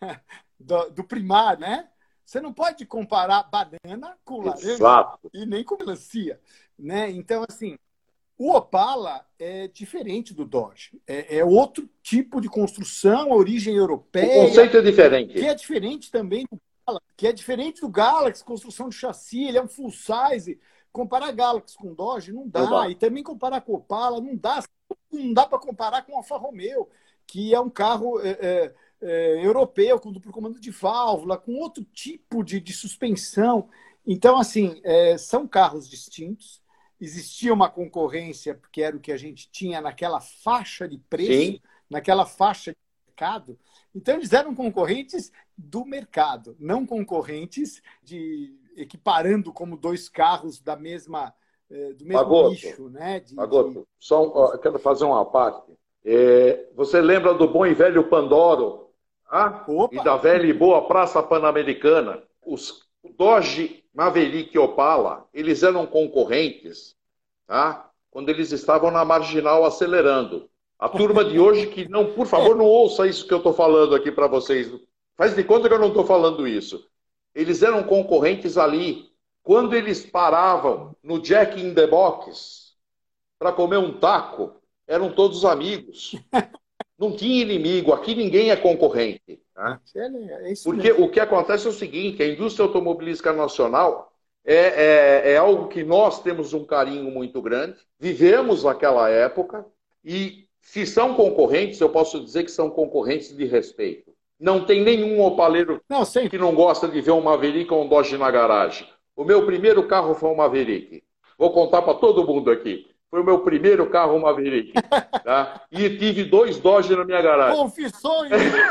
do, do Primar, né? Você não pode comparar banana com laranja. Exato. E nem com melancia, né? Então, assim, o Opala é diferente do Dodge. É, é outro tipo de construção, origem europeia. O conceito é diferente. Que é diferente também do Galaxy, que é diferente do Galaxy, construção de chassi, ele é um full size. Comparar Galaxy com Dodge não dá. Não dá. E também comparar com o Opala não dá. Não dá para comparar com o Alfa Romeo, que é um carro é, é, é, europeu, com duplo comando de válvula, com outro tipo de, de suspensão. Então, assim, é, são carros distintos. Existia uma concorrência, porque era o que a gente tinha naquela faixa de preço, Sim. naquela faixa de mercado. Então, eles eram concorrentes do mercado, não concorrentes de equiparando como dois carros da mesma, do mesmo Pagotto, nicho. Né? De, Pagotto, de... só um, ó, eu quero fazer uma parte. É, você lembra do bom e velho Pandoro? Ah? E da velha e boa Praça Pan-Americana? Os Dodge, Maverick e Opala, eles eram concorrentes, tá? Quando eles estavam na marginal acelerando. A turma de hoje que não, por favor, não ouça isso que eu estou falando aqui para vocês. Faz de conta que eu não estou falando isso. Eles eram concorrentes ali. Quando eles paravam no Jack in the Box para comer um taco, eram todos amigos. Não tinha inimigo. Aqui ninguém é concorrente. Tá? É isso Porque mesmo. o que acontece é o seguinte, a indústria automobilística nacional é, é, é algo que nós temos um carinho muito grande, vivemos aquela época e Se são concorrentes, eu posso dizer que são concorrentes de respeito. Não tem nenhum opaleiro Não, sempre. que não gosta de ver um Maverick ou um Dodge na garagem. O meu primeiro carro foi um Maverick. Vou contar para todo mundo aqui. Foi o meu primeiro carro, um Maverick. Tá? E tive dois Dodge na minha garagem. Confissões!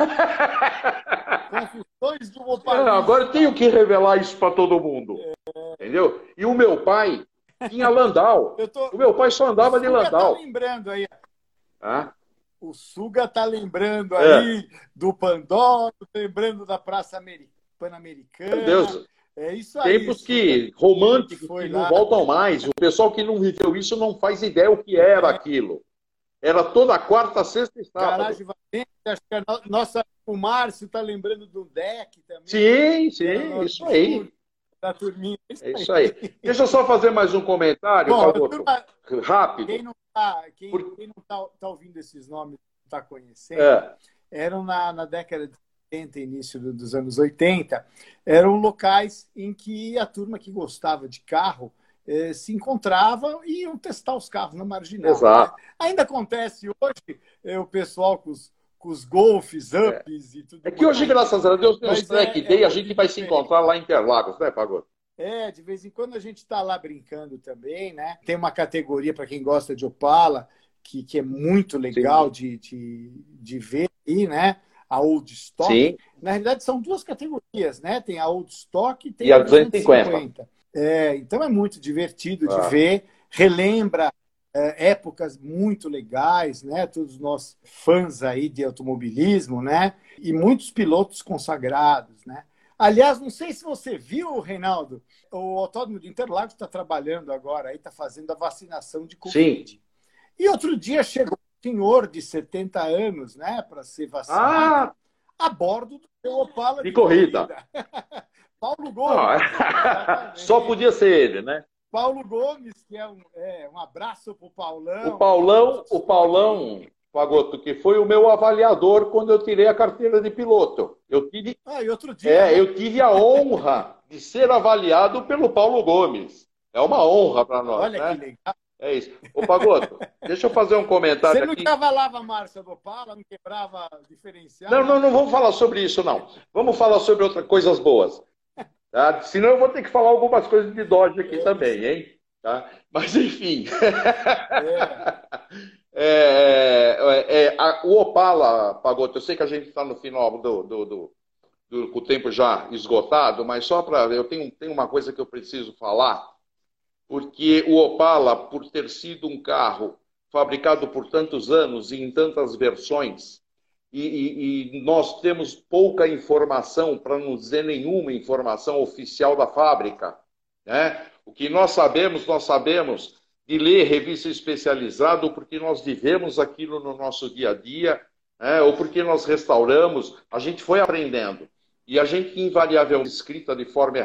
Confissões de um opaleiro. É, agora eu tenho que revelar isso para todo mundo. Entendeu? E o meu pai tinha Landau. Tô... O meu pai só andava de Landau. Tá lembrando aí. Ah? O Suga tá lembrando aí é. do Pandoro, lembrando da Praça Pan-Americana. Meu Deus. É isso aí. Tempos que românticos que não voltam mais. O pessoal que não viveu isso não faz ideia o que era aquilo. Era toda quarta, sexta e sábado. Garagem Valente, acho que a nossa, o Márcio tá lembrando do deck também. Sim, sim, isso aí. Da turminha. Isso é isso aí. aí. Deixa eu só fazer mais um comentário, Bom, Pagoto, rápido. Quem não está quem, Por... quem não tá, tá ouvindo esses nomes, não está conhecendo, é. eram na, na década de setenta, início dos anos oitenta, eram locais em que a turma que gostava de carro eh, se encontrava e iam testar os carros na Marginal. Exato. Né? Ainda acontece hoje, eh, o pessoal com os, com os Golfs, Ups é. e tudo É que hoje, mais. graças a Deus, tem os track é, day, é a gente vai se encontrar lá em Interlagos, né, Pagoto? É, de vez em quando a gente está lá brincando também, né? Tem uma categoria para quem gosta de Opala, que, que é muito legal de, de, de ver aí, né? A Old Stock. Sim. Na realidade, são duas categorias, né? Tem a Old Stock e tem e a duzentos e cinquenta. É, então é muito divertido de ah. ver, relembra é, épocas muito legais, né? Todos nós fãs aí de automobilismo, né? E muitos pilotos consagrados, né? Aliás, não sei se você viu, Reinaldo, o Autódromo de Interlagos está trabalhando agora, aí está fazendo a vacinação de Covid. Sim. E outro dia chegou um senhor de setenta anos, né, para ser vacinado, ah, a bordo do seu Opala de, de corrida. corrida. Paulo Gomes. Ah, só podia ser ele, né? Paulo Gomes, que é um, é, um abraço para o Paulão. O Paulão, o Paulão... Pagoto, que foi o meu avaliador quando eu tirei a carteira de piloto. Eu tive, ah, e outro dia, é, né? eu tive a honra de ser avaliado pelo Paulo Gomes. É uma honra para nós. Olha né? que legal. É isso. Ô, Pagoto, deixa eu fazer um comentário aqui. Você não aqui. cavalava a marcha do Opala, não quebrava diferencial? Não, não, não vamos falar sobre isso, não. Vamos falar sobre outras coisas boas. Tá? Senão eu vou ter que falar algumas coisas de Dodge aqui é, também, hein? Tá? Mas, enfim... É. É, é, é, a, o Opala, Pagoto, eu sei que a gente está no final do, do, do, do, com o tempo já esgotado, mas só para... Eu tenho, tenho uma coisa que eu preciso falar, porque o Opala, por ter sido um carro fabricado por tantos anos e em tantas versões, e, e, e nós temos pouca informação, para não dizer nenhuma informação oficial da fábrica, né? O que nós sabemos, nós sabemos... de ler revista especializada, ou porque nós vivemos aquilo no nosso dia a dia, né? Ou porque nós restauramos, a gente foi aprendendo. E a gente, invariavelmente, escrita de forma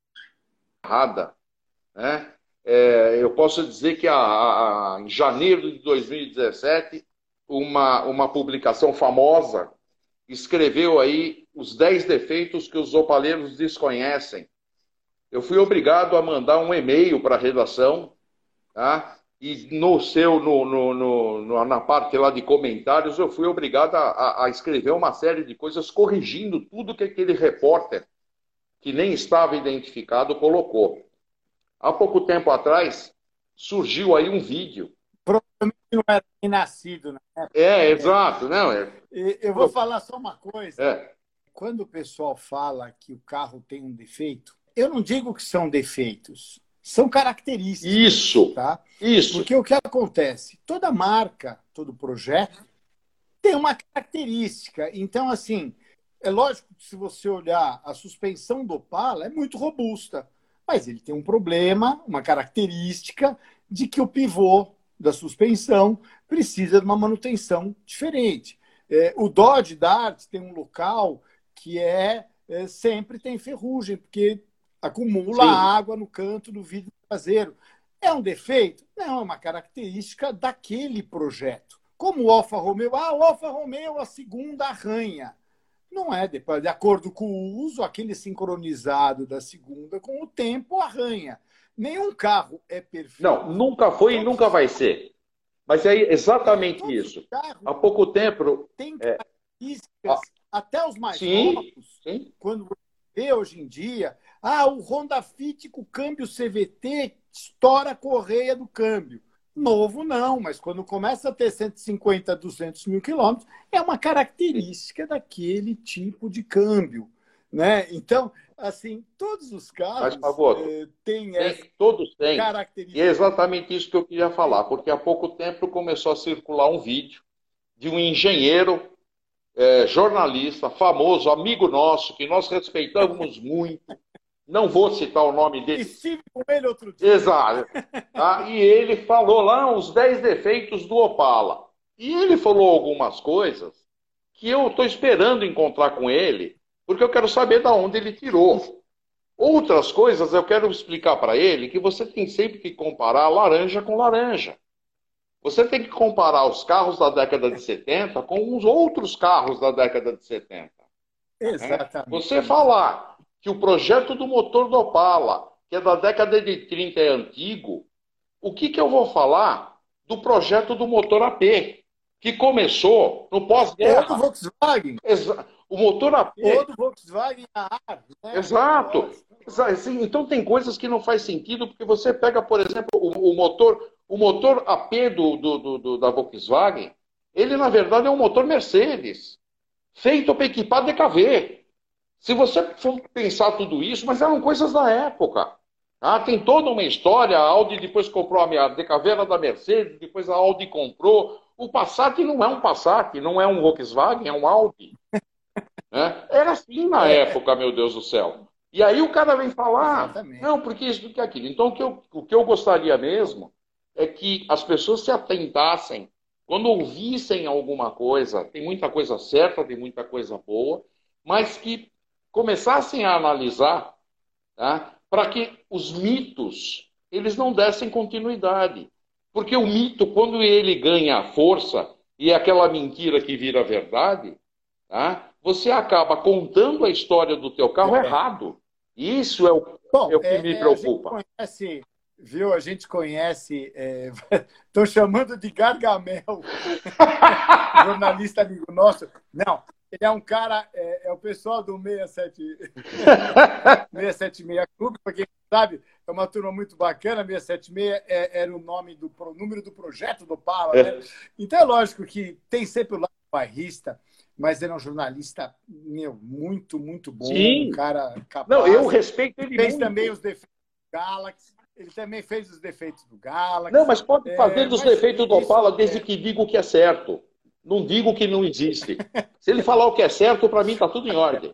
errada. Né? É, eu posso dizer que a, a, a, em janeiro de dois mil e dezessete, uma, uma publicação famosa escreveu aí os dez defeitos que os opaleiros desconhecem. Eu fui obrigado a mandar um e-mail para a redação, tá? E no seu, no, no, no, na parte lá de comentários, eu fui obrigado a, a escrever uma série de coisas corrigindo tudo que aquele repórter, que nem estava identificado, colocou. Há pouco tempo atrás, surgiu aí um vídeo. Provavelmente não era nem nascido, né? É, é, exato. Não, é... Eu vou falar só uma coisa. É. Quando o pessoal fala que o carro tem um defeito, eu não digo que são defeitos. São características. Isso, tá? isso. Porque o que acontece? Toda marca, todo projeto tem uma característica. Então, assim, é lógico que se você olhar a suspensão do Opala é muito robusta, mas ele tem um problema, uma característica de que o pivô da suspensão precisa de uma manutenção diferente. É, o Dodge Dart tem um local que é, é sempre tem ferrugem, porque acumula Sim. água no canto do vidro traseiro. É um defeito? Não, é uma característica daquele projeto. Como o Alfa Romeo, ah, o Alfa Romeo, a segunda arranha. Não é, depois, de acordo com o uso, aquele sincronizado da segunda, com o tempo, arranha. Nenhum carro é perfeito. Não, nunca foi e nunca vai ser. Mas é exatamente Todos os isso. carros Há pouco tempo... têm É, características, até os mais sim, novos, sim. quando você vê hoje em dia, ah, o Honda Fit com câmbio C V T estoura a correia do câmbio. Novo não, mas quando começa a ter cento e cinquenta, duzentos mil quilômetros, é uma característica daquele tipo de câmbio, né? Então, assim, todos os Mas, carros Pagotto, eh, têm tem, essa todos têm. E é característica. exatamente isso que eu queria falar, porque há pouco tempo começou a circular um vídeo de um engenheiro, é, jornalista, famoso, amigo nosso, que nós respeitamos muito. Não vou citar o nome dele. Estive com ele outro dia. Exato. Tá? E ele falou lá os dez defeitos do Opala. E ele falou algumas coisas que eu estou esperando encontrar com ele, porque eu quero saber de onde ele tirou. Outras coisas eu quero explicar para ele que você tem sempre que comparar laranja com laranja. Você tem que comparar os carros da década de setenta com os outros carros da década de setenta. Exatamente. Você falar que o projeto do motor do Opala, que é da década de trinta, é antigo, o que, que eu vou falar do projeto do motor A P, que começou no Ou do pós-guerra? Volkswagen. Exa- O motor A P... Ou do Volkswagen A R, né? Exato. Exa- sim, então tem coisas que não faz sentido, porque você pega, por exemplo, o, o motor, o motor A P do, do, do- do- da Volkswagen, ele na verdade é um motor Mercedes, feito para equipar D K V. Se você for pensar tudo isso, mas eram coisas da época. Ah, tem toda uma história. A Audi depois comprou a minha D K V era da Mercedes, depois a Audi comprou. O Passat não é um Passat, não é um Volkswagen, é um Audi. Né? Era assim na época, meu Deus do céu. E aí o cara vem falar, Exatamente. não, porque isso, porque aquilo. Então o que, eu, o que eu gostaria mesmo é que as pessoas se atentassem, quando ouvissem alguma coisa, tem muita coisa certa, tem muita coisa boa, mas que começassem a analisar, tá? Para que os mitos eles não dessem continuidade. Porque o mito, quando ele ganha força, e é aquela mentira que vira verdade, tá? Você acaba contando a história do teu carro É. errado. Isso é o, Bom, é o que é, me é, preocupa. A gente conhece, viu? A gente conhece. Estou chamando de Gargamel, jornalista amigo nosso. Não, ele é um cara, é, é o pessoal do sessenta e sete, seiscentos e setenta e seis Clube, para quem não sabe, é uma turma muito bacana. seiscentos e setenta e seis é, era o nome do pro, número do projeto do Opala, né? Então é lógico que tem sempre o lado bairrista, mas ele é um jornalista, meu, muito, muito bom, Sim. um cara capaz. Não, eu respeito ele Fez muito. também os defeitos do Galaxy. Ele também fez os defeitos do Galaxy. Não, mas pode fazer É, dos mas defeitos do isso Opala desde é- que diga o que é certo. Não diga o que não existe. Se ele falar o que é certo, para mim está tudo em ordem.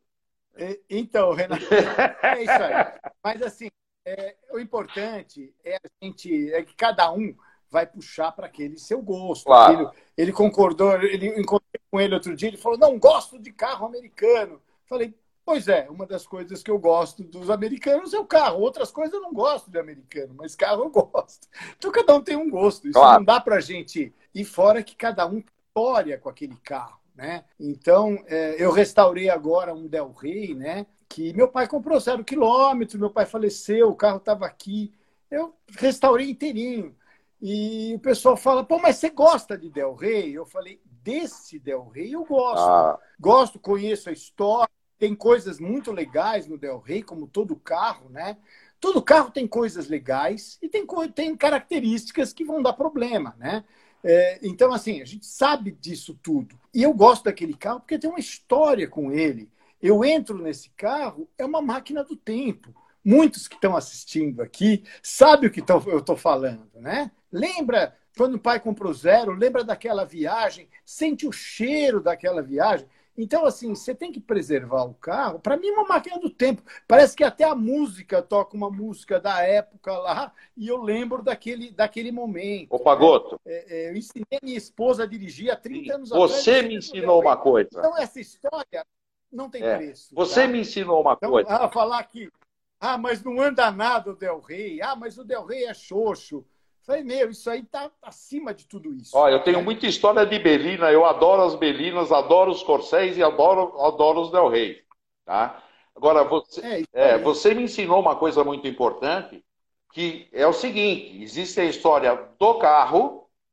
é, Então, Renato, é isso aí. Mas, assim, é, o importante é a gente, é que cada um vai puxar para aquele seu gosto. Claro. Ele, ele concordou, ele encontrei com ele outro dia, ele falou, não, gosto de carro americano. Falei, pois é, uma das coisas que eu gosto dos americanos é o carro. Outras coisas eu não gosto de americano, mas carro eu gosto. Então cada um tem um gosto. Isso Claro. não dá pra gente ir fora que cada um tem história com aquele carro, né? Então, é, eu restaurei agora um Del Rey, né? Que meu pai comprou zero quilômetro, meu pai faleceu, o carro estava aqui. Eu restaurei inteirinho. E o pessoal fala, pô, mas você gosta de Del Rey? Eu falei, desse Del Rey eu gosto. Ah. Gosto, conheço a história. Tem coisas muito legais no Del Rey, como todo carro, né? Todo carro tem coisas legais e tem, tem características que vão dar problema, né? É, então, assim, a gente sabe disso tudo. E eu gosto daquele carro porque tem uma história com ele. Eu entro nesse carro, é uma máquina do tempo. Muitos que estão assistindo aqui sabem o que tão, eu estou falando, né? Lembra quando o pai comprou zero, lembra daquela viagem, sente o cheiro daquela viagem. Então, assim, você tem que preservar o carro. Para mim, é uma máquina do tempo. Parece que até a música toca uma música da época lá, e eu lembro daquele, daquele momento. Ô, Pagotto. Né? É, é, eu ensinei minha esposa a dirigir há trinta anos Você atrás. me ensinou uma coisa. Então, essa história não tem É. preço. Você tá? me ensinou uma Então, coisa. ah, falar que, ah, mas não anda nada o Del Rey. Ah, mas o Del Rey é xoxo. Falei, meu, isso aí tá acima de tudo isso. Olha, eu tenho né? muita história de Belina, eu adoro as Belinas, adoro os Corcéis e adoro, adoro os Del Rey. Tá? Agora, você, É, isso é, aí. você me ensinou uma coisa muito importante, que é o seguinte, existe a história do carro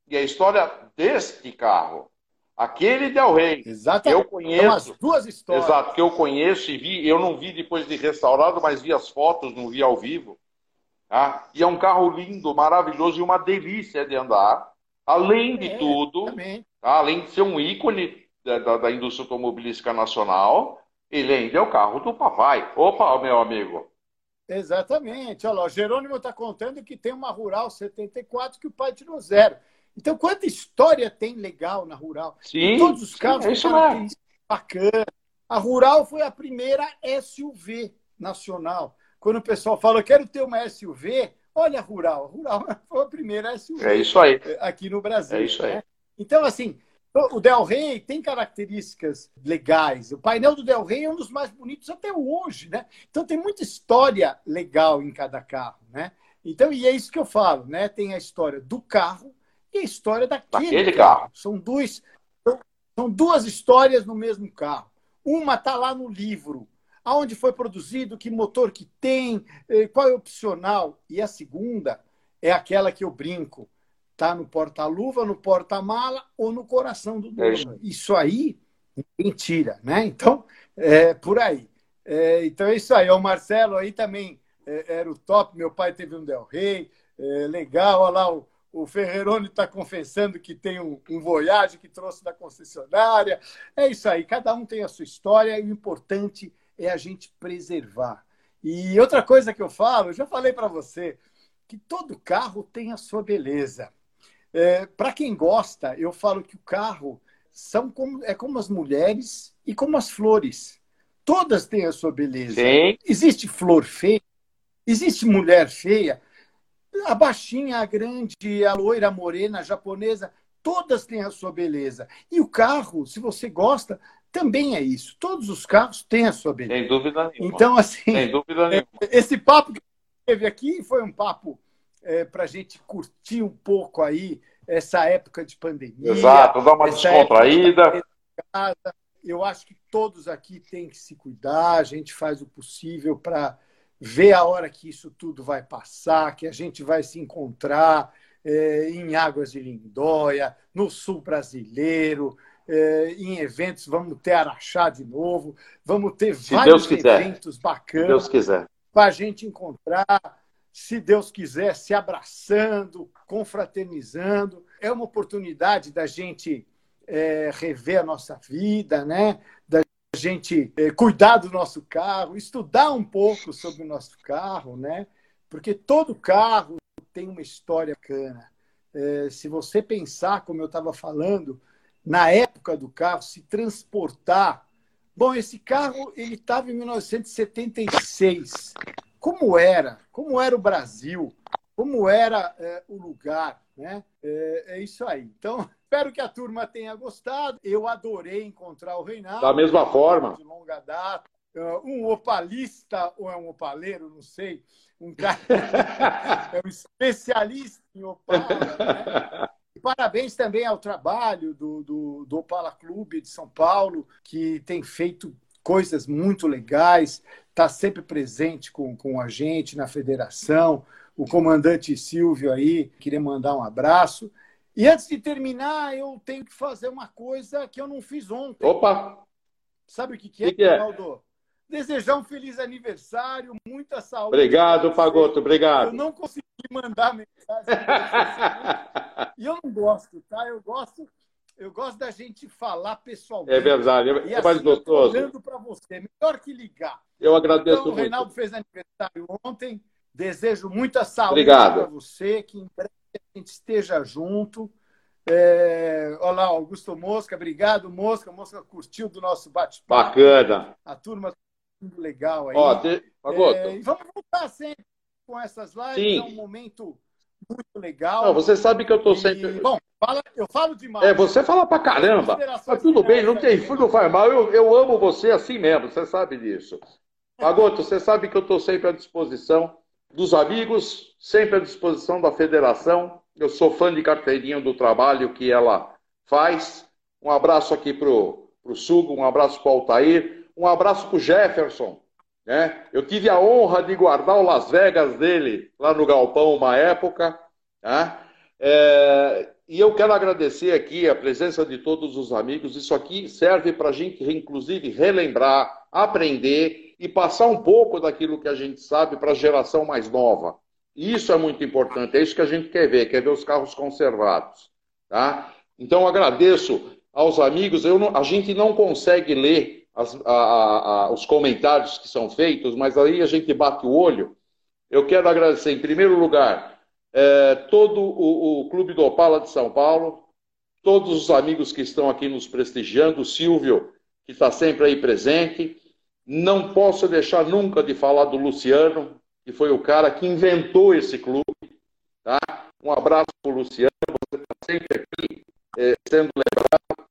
E a história deste carro, aquele Del Rey, Exatamente. eu conheço. São as duas histórias. Exato, que eu conheço e vi, eu não vi depois de restaurado, mas vi as fotos, não vi ao vivo. Tá? E é um carro lindo, maravilhoso e uma delícia de andar. Além de É, tudo, também. tá? Além de ser um ícone da, da, da indústria automobilística nacional, ele ainda é o carro do papai. Opa, meu amigo. Exatamente. Olha lá, o Jerônimo está contando que tem uma Rural setenta e quatro que o pai tirou zero. Então, quanta história tem legal na Rural? Sim, e todos os carros sim, é têm isso características bacanas. A Rural foi a primeira S U V nacional. Quando o pessoal fala, eu quero ter uma S U V, olha a Rural. A Rural foi a primeira S U V é isso aí. aqui no Brasil. É isso aí. Né? Então, assim, o Del Rey tem características legais. O painel do Del Rey é um dos mais bonitos até hoje, né? Então tem muita história legal em cada carro, né? Então, e é isso que eu falo, né? Tem a história do carro e a história daquele, Daquele carro. carro. São duas, são duas histórias no mesmo carro. Uma está lá no livro, aonde foi produzido, que motor que tem, qual é o opcional. E a segunda é aquela que eu brinco. Está no porta-luva, no porta-mala ou no coração do dono. É isso. isso aí, ninguém tira, né? Então, é por aí. É, então é isso aí. O Marcelo aí também é, era o top. Meu pai teve um Del Rey. É, legal, olha lá, o, o Ferreroni está confessando que tem um, um Voyage que trouxe da concessionária. É isso aí. Cada um tem a sua história e o importante é a gente preservar. E outra coisa que eu falo, eu já falei para você, que todo carro tem a sua beleza. É, para quem gosta, eu falo que o carro são como, é como as mulheres e como as flores. Todas têm a sua beleza. Sim. Existe flor feia, existe mulher feia, a baixinha, a grande, a loira, a morena, a japonesa, todas têm a sua beleza. E o carro, se você gosta, também é isso. Todos os carros têm a sua beleza. Sem dúvida nenhuma. Então, assim, Sem dúvida nenhuma. Esse papo que teve aqui foi um papo é, para a gente curtir um pouco aí essa época de pandemia. Exato, dar uma descontraída. De Eu acho que todos aqui têm que se cuidar, a gente faz o possível para ver a hora que isso tudo vai passar, que a gente vai se encontrar é, em Águas de Lindóia, no sul brasileiro, é, em eventos, vamos ter Araxá de novo, vamos ter se vários Deus quiser. eventos bacanas. Se Deus quiser. Para a gente encontrar, se Deus quiser, se abraçando, confraternizando. É uma oportunidade da gente é, rever a nossa vida, né? Da gente é, cuidar do nosso carro, estudar um pouco sobre o nosso carro, né? Porque todo carro tem uma história bacana. É, se você pensar, como eu estava falando, na época do carro, se transportar. Bom, esse carro ele estava em mil novecentos e setenta e seis. Como era? Como era o Brasil? Como era é, o lugar? Né? É, é isso aí. Então, espero que a turma tenha gostado. Eu adorei encontrar o Reinaldo. Da mesma forma. De longa data. Um opalista, ou é um opaleiro, não sei. Um cara é um especialista em Opala. Né? E parabéns também ao trabalho do, do, do Opala Clube de São Paulo, que tem feito coisas muito legais, está sempre presente com, com a gente na federação. O comandante Silvio aí, queria mandar um abraço. E antes de terminar, eu tenho que fazer uma coisa que eu não fiz ontem. Opa! Sabe o que, que é, que é? Ronaldo? Desejar um feliz aniversário, muita saúde. Obrigado, Pagotto, obrigado. Eu não consegui mandar mensagem. E eu não gosto, tá? Eu gosto, eu gosto da gente falar pessoalmente. É verdade, é, e é mais assim, gostoso. Olhando para você, melhor que ligar. Eu agradeço então, muito. O Reinaldo fez aniversário ontem. Desejo muita saúde Obrigado. para você, que em breve a gente esteja junto. É... Olha lá, Augusto Mosca, obrigado, Mosca. Mosca curtiu do nosso bate-papo. Bacana. A turma está muito legal aí. Ó, te... é... E vamos voltar sempre com essas lives. Sim. É um momento muito legal. Não, você sabe que eu estou e... sempre... Bom, fala... eu falo demais. É, você fala pra caramba. Mas tudo bem, não tem não faz mal. Eu, eu amo você assim mesmo, você sabe disso. Pagotto, você sabe que eu estou sempre à disposição dos amigos, sempre à disposição da federação. Eu sou fã de carteirinha do trabalho que ela faz. Um abraço aqui pro, pro Sugo, um abraço para o Altair, um abraço para o Jefferson. Né? Eu tive a honra de guardar o Las Vegas dele lá no Galpão uma época. Né? É, e eu quero agradecer aqui a presença de todos os amigos. Isso aqui serve para a gente, inclusive, relembrar, aprender e passar um pouco daquilo que a gente sabe para a geração mais nova. Isso é muito importante, é isso que a gente quer ver, quer ver os carros conservados. Tá? Então, agradeço aos amigos. Eu não, a gente não consegue ler as, a, a, os comentários que são feitos, mas aí a gente bate o olho. Eu quero agradecer, em primeiro lugar, é, todo o, o Clube do Opala de São Paulo, todos os amigos que estão aqui nos prestigiando, o Silvio, que está sempre aí presente. Não posso deixar nunca de falar do Luciano, que foi o cara que inventou esse clube. Tá? Um abraço para o Luciano, você está sempre aqui é, sendo lembrado.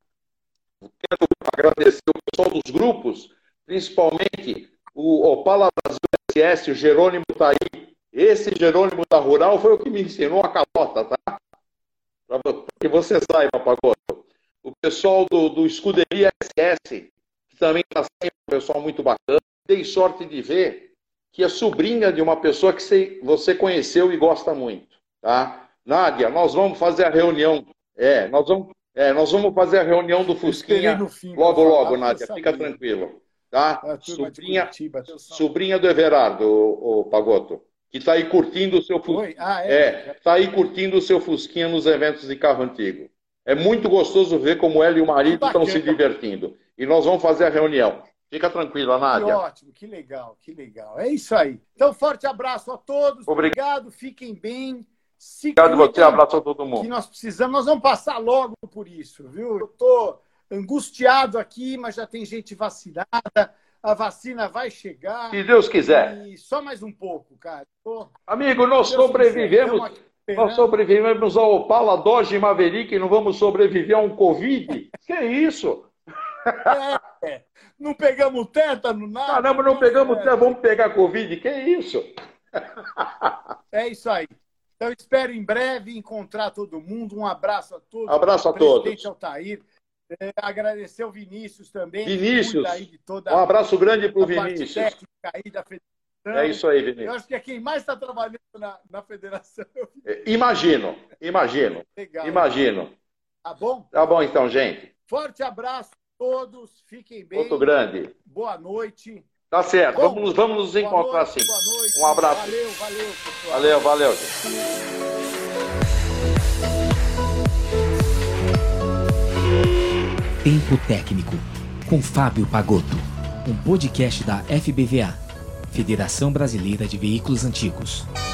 Quero agradecer o pessoal dos grupos, principalmente o Opala Brasil S S, o Jerônimo está aí. Esse Jerônimo da Rural foi o que me ensinou a calota, tá? Para que você saiba, Pagotto. O pessoal do, do Escuderia S S, que também está sempre um pessoal muito bacana. Dei sorte de ver que é sobrinha de uma pessoa que você conheceu e gosta muito, tá? Nádia, nós vamos fazer a reunião. É, nós vamos, é, nós vamos fazer a reunião do Fusquinha fim, logo, logo, Nádia. Fica tranquilo, tá? Sobrinha, Curitiba, sobrinha do Everardo, o, o Pagotto, que está aí curtindo o seu Fusquinha. Ah, é? É, está aí curtindo o seu Fusquinha nos eventos de carro antigo. É muito gostoso ver como ela e o marido estão se divertindo. E nós vamos fazer a reunião. Fica tranquila, Nádia. Que ótimo, que legal, que legal. É isso aí. Então, forte abraço a todos. Obrigado, Obrigado fiquem bem. Se Obrigado a você, abraço a todo mundo. Que nós precisamos, nós vamos passar logo por isso, viu? Eu estou angustiado aqui, mas já tem gente vacinada. A vacina vai chegar. Se Deus quiser. E só mais um pouco, cara. Tô... Amigo, nós Deus sobrevivemos. Nós sobrevivemos ao Opala, Dodge e Maverick e não vamos sobreviver a um Covid? Que isso? É, não pegamos tétano, nada. Caramba, não pegamos tétano, vamos pegar Covid? Que isso? É isso aí. Então, espero em breve encontrar todo mundo. Um abraço a todos. Abraço a todos. Presidente Altair. É, agradecer ao Vinícius também. Vinícius, aí de toda um abraço grande para o Vinícius. Técnica aí da federação. É isso aí, Vinícius. Eu acho que é quem mais está trabalhando na, na federação. Imagino, imagino. Legal. Imagino. Tá bom? Tá bom então, gente. Forte abraço a todos. Fiquem bem. Muito grande. Boa noite. Tá certo. Bom, vamos, vamos nos encontrar noite, assim. Boa noite. Um abraço. Valeu, valeu, pessoal. Valeu, valeu. Tempo Técnico, com Fábio Pagotto, um podcast da F B V A, Federação Brasileira de Veículos Antigos.